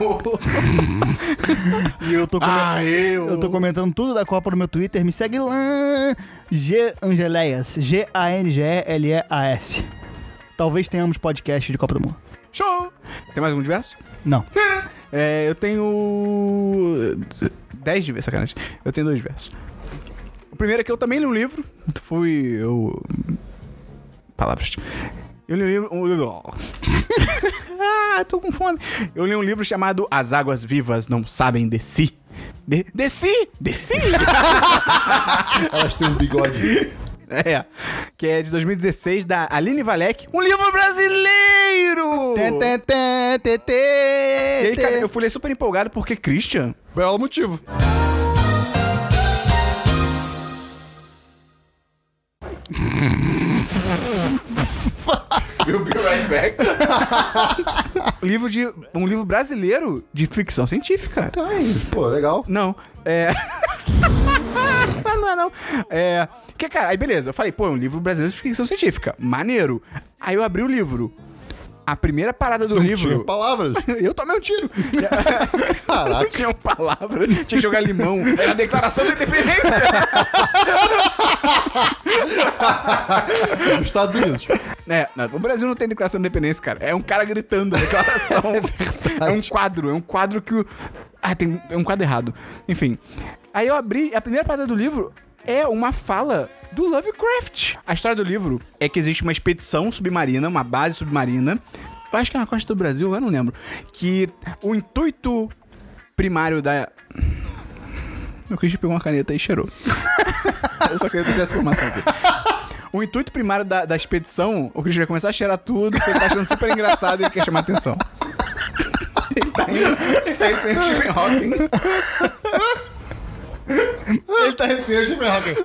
e eu tô, come- Ah, eu! eu tô comentando tudo da Copa no meu Twitter. Me segue lá. G Angeléas. G A N G E L E A S. Talvez tenhamos podcast de Copa do Mundo. Show! Tem mais algum diverso? Não. É, eu tenho... dez de versos, sacanagem. Eu tenho dois versos. O primeiro é que eu também li um livro. Fui... Eu... Palavras. Eu li um livro... Um livro... ah, tô com fome. Eu li um livro chamado As Águas Vivas Não Sabem de Si. De... Desci! Desci! Elas têm um bigode. É, que é de dois mil e dezesseis, da Aline Valek, um livro brasileiro! Tê, tê, tê, tê, tê, E aí, tê. cara, eu fui ler super empolgado porque Christian... Belo motivo. We'll be right back. livro de, um livro brasileiro de ficção científica. Tá aí. Pô, legal. Não, é... Mas não é não. É... Que, cara, aí beleza, eu falei, pô, é um livro brasileiro de ficção científica. Maneiro. Aí eu abri o livro. A primeira parada do Não livro... tinha palavras. Eu tomei um tiro. Caraca. Não tinha palavra. Tinha que jogar limão. Era a declaração da independência. Dos Estados Unidos. É, não, o Brasil não tem declaração de independência, cara. É um cara gritando a declaração. é, é um quadro. É um quadro que o... Ah, tem... É um quadro errado. Enfim. Aí eu abri... A primeira parada do livro é uma fala do Lovecraft. A história do livro é que existe uma expedição submarina, uma base submarina, eu acho que é na costa do Brasil, eu não lembro, que o intuito primário da... O Christian pegou uma caneta e cheirou. Eu só queria ter essa informação aqui. O intuito primário da, da expedição, o Christian vai começar a cheirar tudo, porque ele tá achando super engraçado e ele quer chamar atenção. Ele tá indo, ele tá indo no Stephen Hawking. Ele tá respirando Stephen Hawking.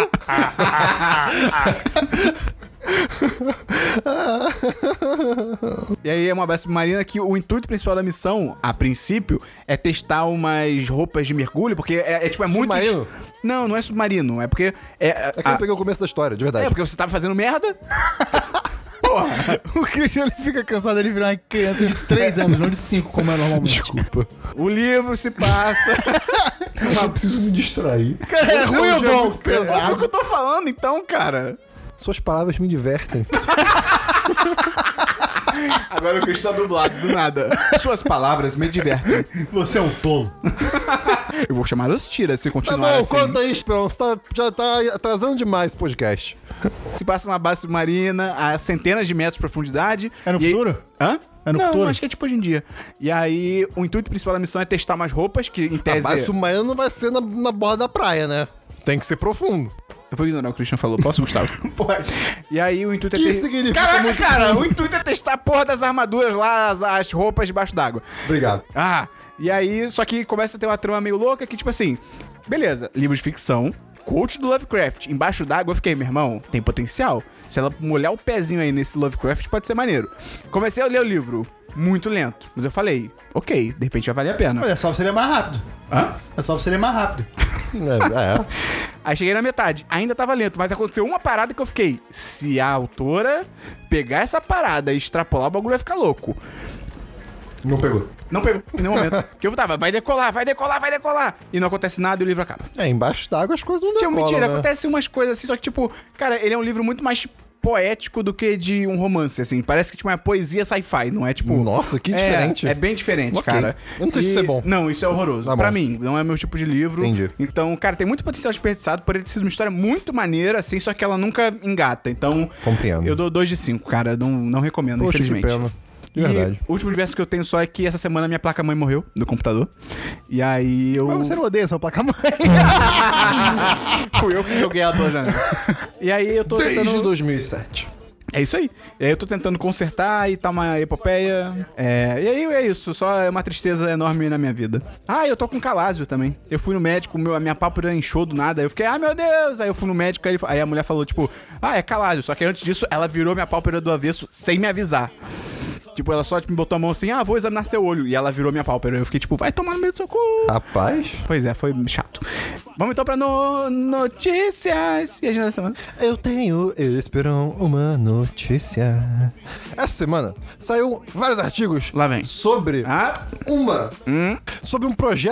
E aí é uma base submarina que o intuito principal da missão, a princípio, é testar umas roupas de mergulho, porque é, é tipo, é muito... Submarino? Não, não é submarino, é porque... É, É que eu a- não peguei o começo da história, de verdade. é porque você tava fazendo merda. Porra. O Christian ele fica cansado de virar uma criança de três anos, não de cinco, como é normalmente. Desculpa. O livro se passa... Eu preciso me distrair. Cara, é ruim ou dia bom? muito É pesado. o que eu tô falando, então, cara. Suas palavras me divertem. Agora o Cristo tá dublado, do nada. Suas palavras me divertem. Você é um tolo. Eu vou chamar os tiras se Tá continuar bom, assim. conta aí, Esperão. Você tá, já tá atrasando demais esse podcast. Se passa numa base submarina a centenas de metros de profundidade. É no e aí- futuro? Hã? É no Não, futuro? acho que é tipo hoje em dia. E aí, o intuito principal da missão é testar umas roupas que, em A tese... base submarina não vai ser na, na borda da praia, né? Tem que ser profundo. Eu vou ignorar o que o Christian falou. Posso, Gustavo? Pode. E aí, o intuito é... Que ter- significa Caraca, muito cara! O intuito é testar a porra das armaduras lá, as, as roupas debaixo d'água. Obrigado. Ah, e aí, só que começa a ter uma trama meio louca que, tipo assim... Beleza, livro de ficção... Coach do Lovecraft, embaixo d'água, eu fiquei, meu irmão, tem potencial. Se ela molhar o pezinho aí nesse Lovecraft, pode ser maneiro. Comecei a ler o livro, muito lento. Mas eu falei, ok, de repente vai valer a pena. Olha, é só você ler mais rápido. Hã? É só você ler mais rápido. É, é. Aí cheguei na metade, ainda tava lento, mas aconteceu uma parada que eu fiquei, se a autora pegar essa parada e extrapolar, o bagulho vai ficar louco. Não pegou. Não pegou, em nenhum momento. Porque eu tava, vai decolar, vai decolar, vai decolar. E não acontece nada e o livro acaba. É, embaixo d'água as coisas não Tipo, decolam, mentira, né? acontece umas coisas assim, só que, tipo, cara, ele é um livro muito mais poético do que de um romance, assim. Parece que, tipo, é uma poesia sci-fi, não é, tipo... Nossa, que é, diferente. É bem diferente, Ok. cara. Eu não sei se isso é bom. Não, isso é horroroso. Tá pra bom. mim, não é meu tipo de livro. Entendi. Então, cara, tem muito potencial desperdiçado, poderia ter sido uma história muito maneira, assim, só que ela nunca engata. Então, Compreendo. eu dou dois de cinco, cara. Não, não recomendo, Poxa, que infelizmente. pena. De E verdade. o último diverso que eu tenho só é que essa semana minha placa-mãe morreu do computador. E aí eu... Mas você não odeia sua placa-mãe. Fui eu que joguei ela pela janela. E aí eu tô Desde tentando... dois mil e sete. É isso aí. E aí eu tô tentando consertar e tá uma epopeia. É... E aí é isso. Só é uma tristeza enorme na minha vida. Ah, eu tô com calásio também. Eu fui no médico, meu, a minha pálpebra inchou do nada. Aí eu fiquei, ah, meu Deus. Aí eu fui no médico, aí, ele- aí a mulher falou, tipo, ah, é calásio. Só que antes disso, ela virou minha pálpebra do avesso sem me avisar. Tipo, ela só tipo, me botou a mão assim, ah, vou examinar seu olho. E ela virou minha pálpebra. Eu fiquei tipo, vai tomar no meio do seu cu. Rapaz, Pois é, foi chato. Vamos então pra no... notícias. E a agenda da semana? eu tenho, Esperão, uma notícia. Essa semana saiu vários artigos Lá vem. sobre Ah? uma... Sobre um projeto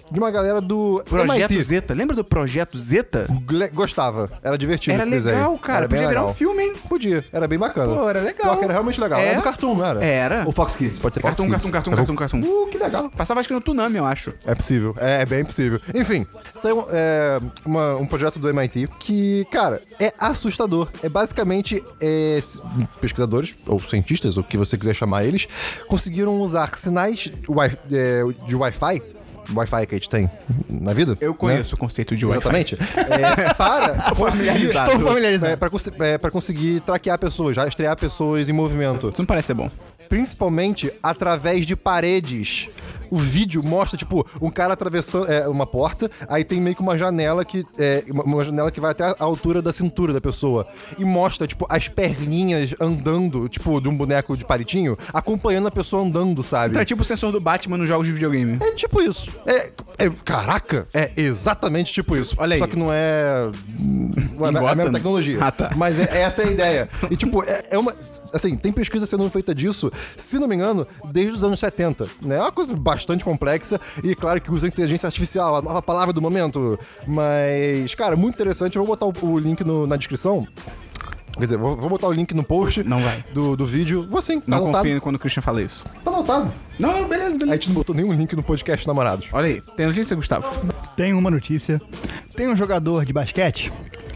de uma galera do Projeto M I T. Zeta. Lembra do Projeto Zeta? Gle- Gostava. Era divertido Era esse legal, desenho. cara. Era bem Podia virar legal. um filme, hein? Podia. Era bem bacana. Pô, era legal. Pior que era realmente legal. É? Era do Cartoon, não era? Era. Ou Fox Kids. Pode ser Cartoon, Fox cartoon, Kids. cartoon, cartoon, cartoon. Uh, que legal. Passava acho que no Toonami, eu acho. É possível. É, é bem possível. Enfim, saiu é, uma- um projeto do M I T que, cara, é assustador. É basicamente é, s- pesquisadores, ou cientistas, ou o que você quiser chamar eles, conseguiram usar sinais wi- é, de Wi-Fi, Wi-Fi que a gente tem na vida. Eu né? conheço o conceito de Wi-Fi. Exatamente. É, para conseguir, familiarizado. Estou familiarizado. é, pra, cons- é, pra conseguir traquear pessoas, rastrear pessoas em movimento. Isso não parece ser bom. Principalmente através de paredes. O vídeo mostra, tipo, um cara atravessando é, uma porta, aí tem meio que uma janela que. É, uma, uma janela que vai até a altura da cintura da pessoa. E mostra, tipo, as perninhas andando, tipo, de um boneco de palitinho, acompanhando a pessoa andando, sabe? Então é tipo o sensor do Batman nos jogos de videogame. É tipo isso. É, é- caraca, é exatamente tipo isso. Olha aí. Só que não é. Não é a Gotham? mesma tecnologia. Ah, tá. Mas é, essa é a ideia. E, tipo, é, é uma. Assim, tem pesquisa sendo feita disso, se não me engano, desde os anos setenta. Né? É uma coisa bastante complexa e, claro, que usa inteligência artificial, a nova palavra do momento. Mas, cara, muito interessante. Eu vou botar o, o link no- na descrição. Quer dizer, vou, vou botar o link no post Não vai. Do, do vídeo. Vou sim, tá Não anotado. confio quando o Christian fala isso. Tá anotado. Não, não, beleza, A beleza. gente não botou nenhum link no podcast Namorados. Olha aí, tem notícia, Gustavo? Tem uma notícia. Tem um jogador de basquete.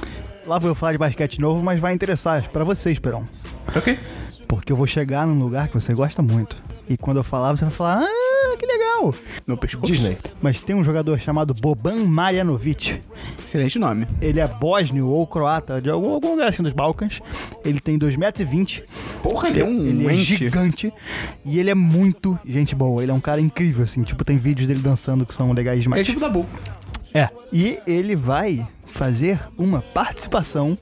Lá vou eu falar de basquete novo, mas vai interessar pra você, Esperão. Ok. Porque eu vou chegar num lugar que você gosta muito. E quando eu falar, você vai falar, ah, que legal. No pescoço. Disney. Mas tem um jogador chamado Boban Marjanovic. Excelente nome. Ele é bósnio ou croata, de algum, algum lugar assim dos Balcãs. Ele tem dois metros e vinte. Porra, ele é um Ele é ente. gigante. E ele é muito gente boa. Ele é um cara incrível, assim. Tipo, tem vídeos dele dançando que são legais É demais. tipo da Bull. É. E ele vai fazer uma participação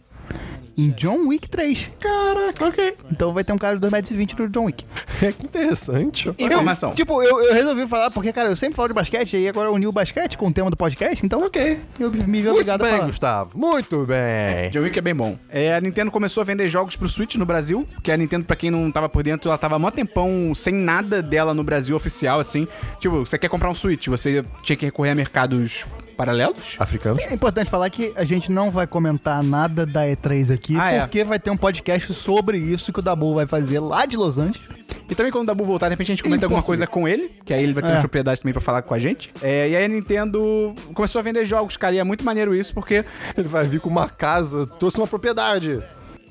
em John Wick três. Caraca, Ok. Então vai ter um cara de dois metros e vinte no John Wick. que interessante. Informação. Tipo, eu, eu resolvi falar porque, cara, eu sempre falo de basquete e agora eu uni o basquete com o tema do podcast, então ok. Eu me vi Muito obrigado a bem, falar. Gustavo. Muito bem. John Wick é bem bom. É, a Nintendo começou a vender jogos pro Switch no Brasil, porque a Nintendo, pra quem não tava por dentro, ela tava há mó tempão sem nada dela no Brasil oficial, assim. Tipo, você quer comprar um Switch, você tinha que recorrer a mercados paralelos? Africanos. É importante falar que a gente não vai comentar nada da E três aqui, Ah, é. porque vai ter um podcast sobre isso que o Dabu vai fazer lá de Los Angeles. E também quando o Dabu voltar, de repente a gente comenta Em alguma português. coisa com ele, que aí ele vai ter É. mais propriedade também pra falar com a gente. É, e aí a Nintendo começou a vender jogos, cara, e é muito maneiro isso, porque Ele vai vir com uma casa, trouxe uma propriedade.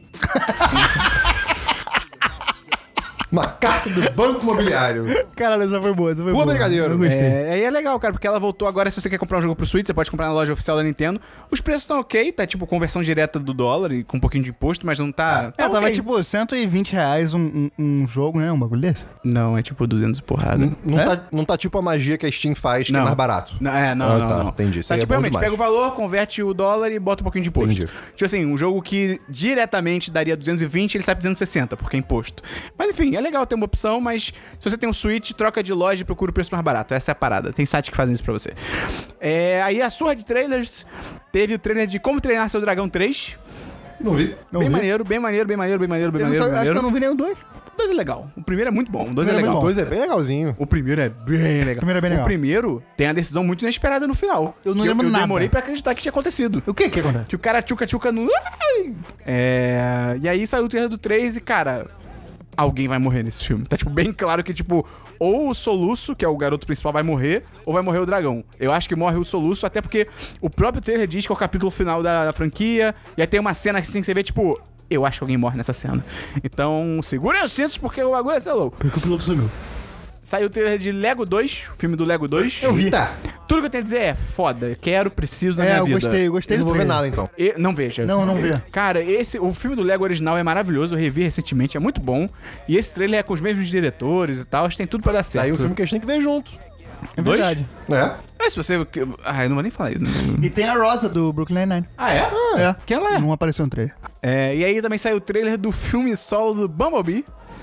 Uma carta do Banco Imobiliário. Caralho, essa foi boa, essa foi Boa boa. brincadeira. Eu gostei. É, aí é legal, cara, porque ela voltou agora. Se você quer comprar um jogo pro Switch, você pode comprar na loja oficial da Nintendo. Os preços estão ok, tá tipo conversão direta do dólar e com um pouquinho de imposto, mas não tá. É, tá tava ok. tipo cento e vinte reais um, um, um jogo, né? Um bagulho desse. Não, é tipo duzentos e porrada. Não, É? tá, não tá tipo a magia que a Steam faz, que Não. é mais barato. Não, é, não, Ah, não, tá, não. entendi. Tá, Seria tipo, bom realmente, demais. pega o valor, converte o dólar e bota um pouquinho de imposto. Entendi. Tipo assim, um jogo que diretamente daria duzentos e vinte, ele sai por duzentos e sessenta, porque é imposto. Mas enfim, é legal ter uma opção, mas se você tem um Switch, troca de loja e procura o preço mais barato. Essa é a parada. Tem sites que fazem isso pra você. É, aí a surra de trailers, teve o trailer de Como Treinar Seu Dragão três. Não vi. Não bem vi. maneiro, bem maneiro, bem maneiro, bem maneiro, bem Eu não maneiro, só- bem acho que eu maneiro. não vi nem o dois. O dois é legal. O primeiro é muito bom. O dois é O primeiro é legal. muito O dois é bem legalzinho. O primeiro é bem legal. O primeiro é bem legal. O primeiro tem a decisão muito inesperada no final. Eu não que lembro eu, eu nada. demorei pra acreditar que tinha acontecido. O que que acontece? Que o cara tchuca-tchuca no... Ai! É... E aí saiu o trailer do três e, cara... Alguém vai morrer nesse filme. Tá, tipo, bem claro que, tipo... Ou o Soluço, que é o garoto principal, vai morrer, ou vai morrer o dragão. Eu acho que morre o Soluço, até porque o próprio trailer diz que é o capítulo final da, da franquia. E aí tem uma cena assim que você vê, tipo... Eu acho que alguém morre nessa cena. Então, segurem os cintos, porque o bagulho é ser louco. Porque o piloto sumiu. Saiu o trailer de Lego dois, o filme do Lego dois. Eu vi. Eita. Tudo que eu tenho a dizer é foda, quero, preciso na É, minha eu vida. gostei, eu gostei Eu não do vou ver trailer. nada, então. E- não veja. Não, não vê. Cara, esse, o filme do Lego original é maravilhoso, eu revi recentemente, é muito bom. E esse trailer é com os mesmos diretores e tal, acho que tem tudo pra dar certo. Daí um filme que a gente tem que ver junto. É Dois? verdade. É. É, se você... Ah, eu não vou nem falar isso. E tem a Rosa do Brooklyn Nine-Nine. Ah, é? É. Que ela é? Não apareceu no trailer. É, e aí também saiu o trailer do filme solo do Bumblebee.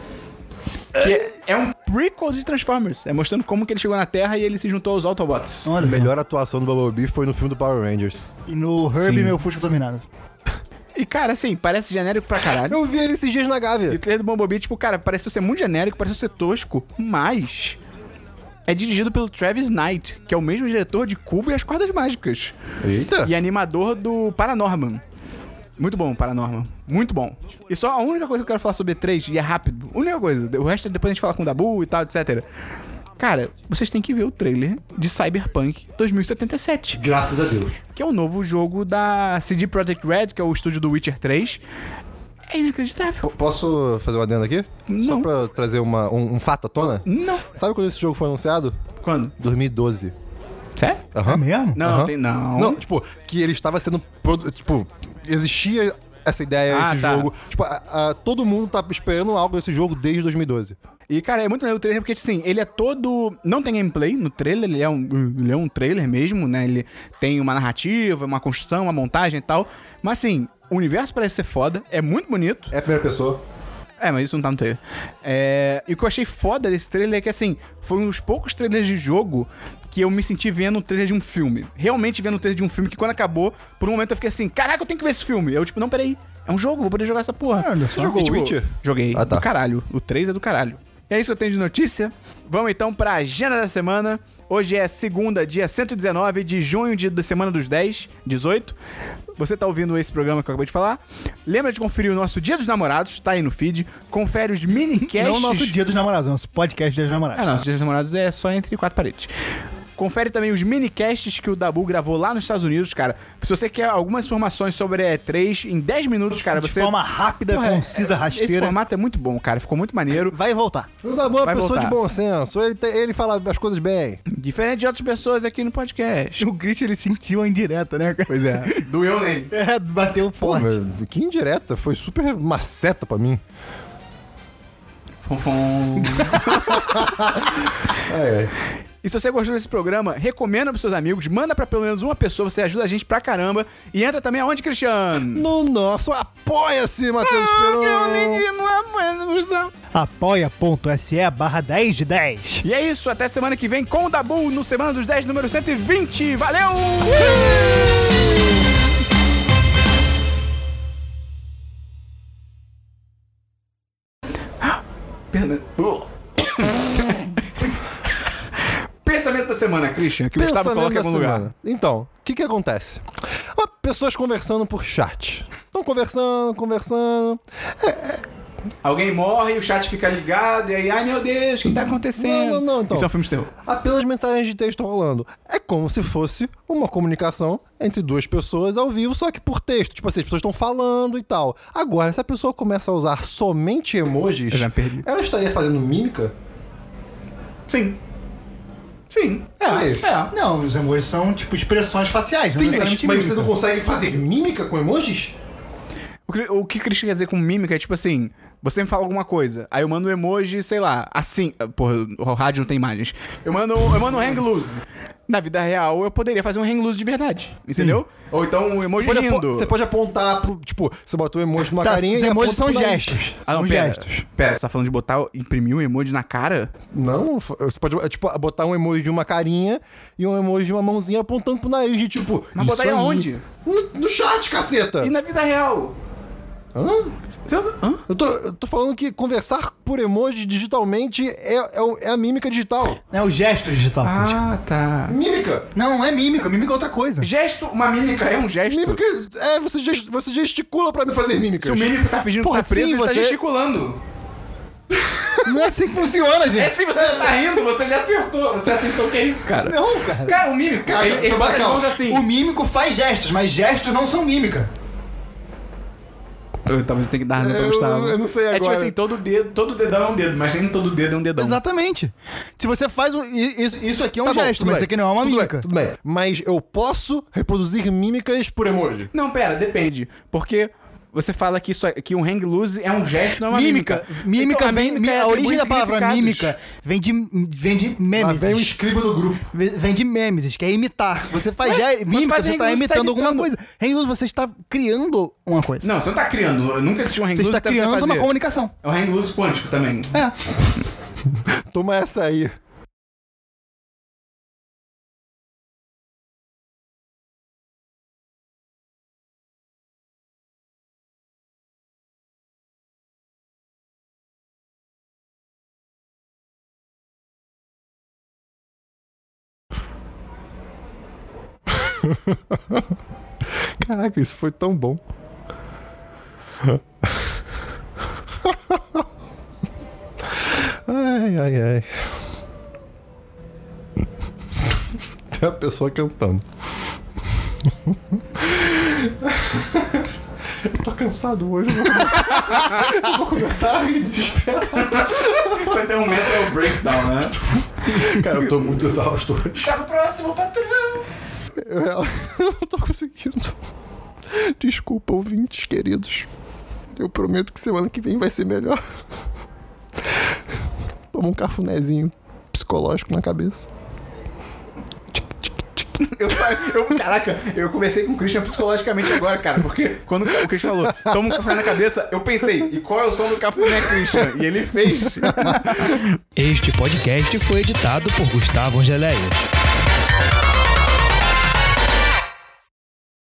Que é, é um prequel de Transformers. É mostrando como que ele chegou na Terra e ele se juntou aos Autobots. Olha, A melhor atuação do Bumblebee foi no filme do Power Rangers. E no Herbie, Sim. meu Fusca dominado. E, cara, assim, parece genérico pra caralho. Eu vi ele esses dias na E Gávea. o trailer do Bumblebee, tipo, cara, pareceu ser muito genérico, pareceu ser tosco, mas... é dirigido pelo Travis Knight, que é o mesmo diretor de Cubo e as Cordas Mágicas. Eita! E animador do Paranorman. Muito bom, Paranorman. Muito bom. E só a única coisa que eu quero falar sobre E três, e é rápido, a única coisa, o resto depois a gente fala com o Dabu e tal, etcétera. Cara, vocês têm que ver o trailer de Cyberpunk dois mil e setenta e sete. Graças a Deus. Que é o novo jogo da C D Projekt Red, que é o estúdio do Witcher três. É inacreditável. P- posso fazer uma adenda aqui? Só Não. pra trazer uma, um, um fato à tona? Não. Sabe quando esse jogo foi anunciado? Quando? dois mil e doze. Sério? Aham. É mesmo? Não, Aham. tem não. Não, tipo, que ele estava sendo... produ- Tipo, existia essa ideia, Ah, esse tá. jogo. Tipo, a- a- todo mundo tá esperando algo desse jogo desde dois mil e doze. E, cara, é muito legal o trailer, porque, assim, ele é todo... Não tem gameplay no trailer, ele é um, ele é um trailer mesmo, né? Ele tem uma narrativa, uma construção, uma montagem e tal. Mas, assim, o universo parece ser foda, é muito bonito. É a primeira pessoa. É, mas isso não tá no trailer. É... E o que eu achei foda desse trailer é que, assim, foi um dos poucos trailers de jogo que eu me senti vendo o trailer de um filme. Realmente vendo o trailer de um filme que, quando acabou, por um momento eu fiquei assim, caraca, eu tenho que ver esse filme. Eu, tipo, não, peraí, é um jogo, vou poder jogar essa porra. Olha Você jogou E, tipo, Witcher? Joguei. Ah, tá. Do caralho. O três é do caralho. E é isso que eu tenho de notícia. Vamos então pra agenda da semana. Hoje é segunda, dia cento e dezenove de junho, dia da semana dos dez, dezoito. Você tá ouvindo esse programa que eu acabei de falar. Lembra de conferir o nosso Dia dos Namorados, tá aí no feed. Confere os minicasts. Não o nosso Dia dos Namorados, nosso podcast Dia dos Namorados. Ah, não, os Dias dos Namorados é só entre quatro paredes. Confere também os minicasts que o Dabu gravou lá nos Estados Unidos, cara. Se você quer algumas informações sobre a E três, em dez minutos, cara, De você... forma rápida, Porra, concisa, Esse rasteira. formato é muito bom, cara. Ficou muito maneiro. Vai voltar. O Dabu é uma Vai pessoa voltar. de bom senso. Ele, tem- ele fala as coisas bem. Diferente de outras pessoas aqui no podcast. O Grit, ele sentiu a indireta, né, cara? Pois é. Doeu nele. É, bateu Pô, forte. mas que indireta. Foi super maceta pra mim. Fonfon. É, é. E se você gostou desse programa, recomenda pros seus amigos, manda pra pelo menos uma pessoa, você ajuda a gente pra caramba. E entra também aonde, Cristiano? No nosso Apoia-se, Matheus Peron. não é Gustavo. Apoia.se barra dez de dez. E é isso, até semana que vem com o Dabu no Semana dos dez, número cento e vinte. Valeu! Perna- Pensamento da semana, Christian, que o Gustavo Pensamento coloca em da algum lugar. semana. Então, o que que acontece? Ah, pessoas conversando por chat. Estão conversando, conversando. Alguém morre, o chat fica ligado, e aí, ai meu Deus, o que tá acontecendo? Não, não, não, então. Isso é um filme de terror. Apenas mensagens de texto rolando. É como se fosse uma comunicação entre duas pessoas ao vivo, só que por texto. Tipo assim, as pessoas estão falando e tal. Agora, se a pessoa começa a usar somente emojis, Eu já perdi. ela estaria fazendo mímica? Sim. Sim. É, Aí. é. Não, os emojis são, tipo, expressões faciais. Sim, não mas, necessariamente mas você mímica. não consegue fazer mímica com emojis? O que, o que o Christian quer dizer com mímica é tipo assim, você me fala alguma coisa, aí eu mando um emoji, sei lá, assim, porra, o rádio não tem imagens. Eu mando, eu mando um hang loose. Na vida real, eu poderia fazer um hang loose de verdade, entendeu? Ou então um emoji Você pode, apo- rindo. você pode apontar pro. Tipo, você botou um emoji numa Tá, carinha os e emojis aponta são pro nariz. gestos. Ah, não, são pera, gestos. pera, você tá falando de botar, imprimir um emoji na cara? Não, f- você pode é, tipo, botar um emoji de uma carinha e um emoji de uma mãozinha apontando pro nariz, de tipo. Mas isso botar aí aí. aonde? No, no chat, caceta! E na vida real? Hã? Você- Hã? Eu tô, eu tô falando que conversar por emoji digitalmente é, é, o- é a mímica digital. É o gesto digital. Christian. Ah, tá. Mímica! Não, não é mímica. Mímica é outra coisa. Gesto, uma mímica é um gesto. Mímica é, você, gest- você gesticula pra me fazer mímicas. Se o mímico tá fingindo Porra, que tá preso, sim, ele tá você- gesticulando. Não é assim que funciona, É gente. assim, você já tá rindo, você já acertou. Você acertou o que é isso, cara? Não, cara. Cara, o mímico, Cara, ele, ele foi bota as bacana. mãos assim. O mímico faz gestos, mas gestos não são mímica. Eu, talvez eu tenha que dar razão pra Eu- Gustavo. eu não sei É tipo agora. assim, todo dedo, todo dedão é um dedo, mas nem todo dedo é um dedão. Exatamente. Se você faz um, i- isso, isso aqui é um Tá bom, gesto, tudo mas bem. isso aqui não é uma tudo mímica. Bem, tudo bem. Mas eu posso reproduzir mímicas por emoji. Não, pera, depende. Porque você fala que, isso, que um hang loose é um gesto, não é uma Mímica. mímica. Mímica Então, vem. mímica mi- é a origem da atribui palavra significados. mímica vem de, vem de Lá memes. vem o escriba do grupo. Vem de memes, que é imitar. Você faz Ué, já, mas mímica, faz você hang tá loose, imitando tá alguma imitando. coisa. Hang loose, você está criando uma coisa. Não, você não tá criando. Nunca existiu um hang Você loose. está até você criando uma fazer. comunicação. É um hang loose quântico também. É. Toma essa aí. Caraca, isso foi tão bom. Ai, ai, ai. Tem a pessoa cantando. Eu tô cansado hoje, eu vou começar, eu vou começar a rir desesperado. Vai ter um mental breakdown, né? Cara, eu tô muito exausto hoje. Tá pro próximo, patrão! Eu, eu não tô conseguindo. Desculpa, ouvintes queridos. Eu prometo que semana que vem vai ser melhor. Toma um cafunézinho psicológico na cabeça. Eu saio, eu, caraca, eu conversei com o Christian psicologicamente agora, cara, porque quando o Christian falou, toma um café na cabeça, eu pensei, e qual é o som do cafuné, Christian? E ele fez. Este podcast foi editado por Gustavo Angeléia.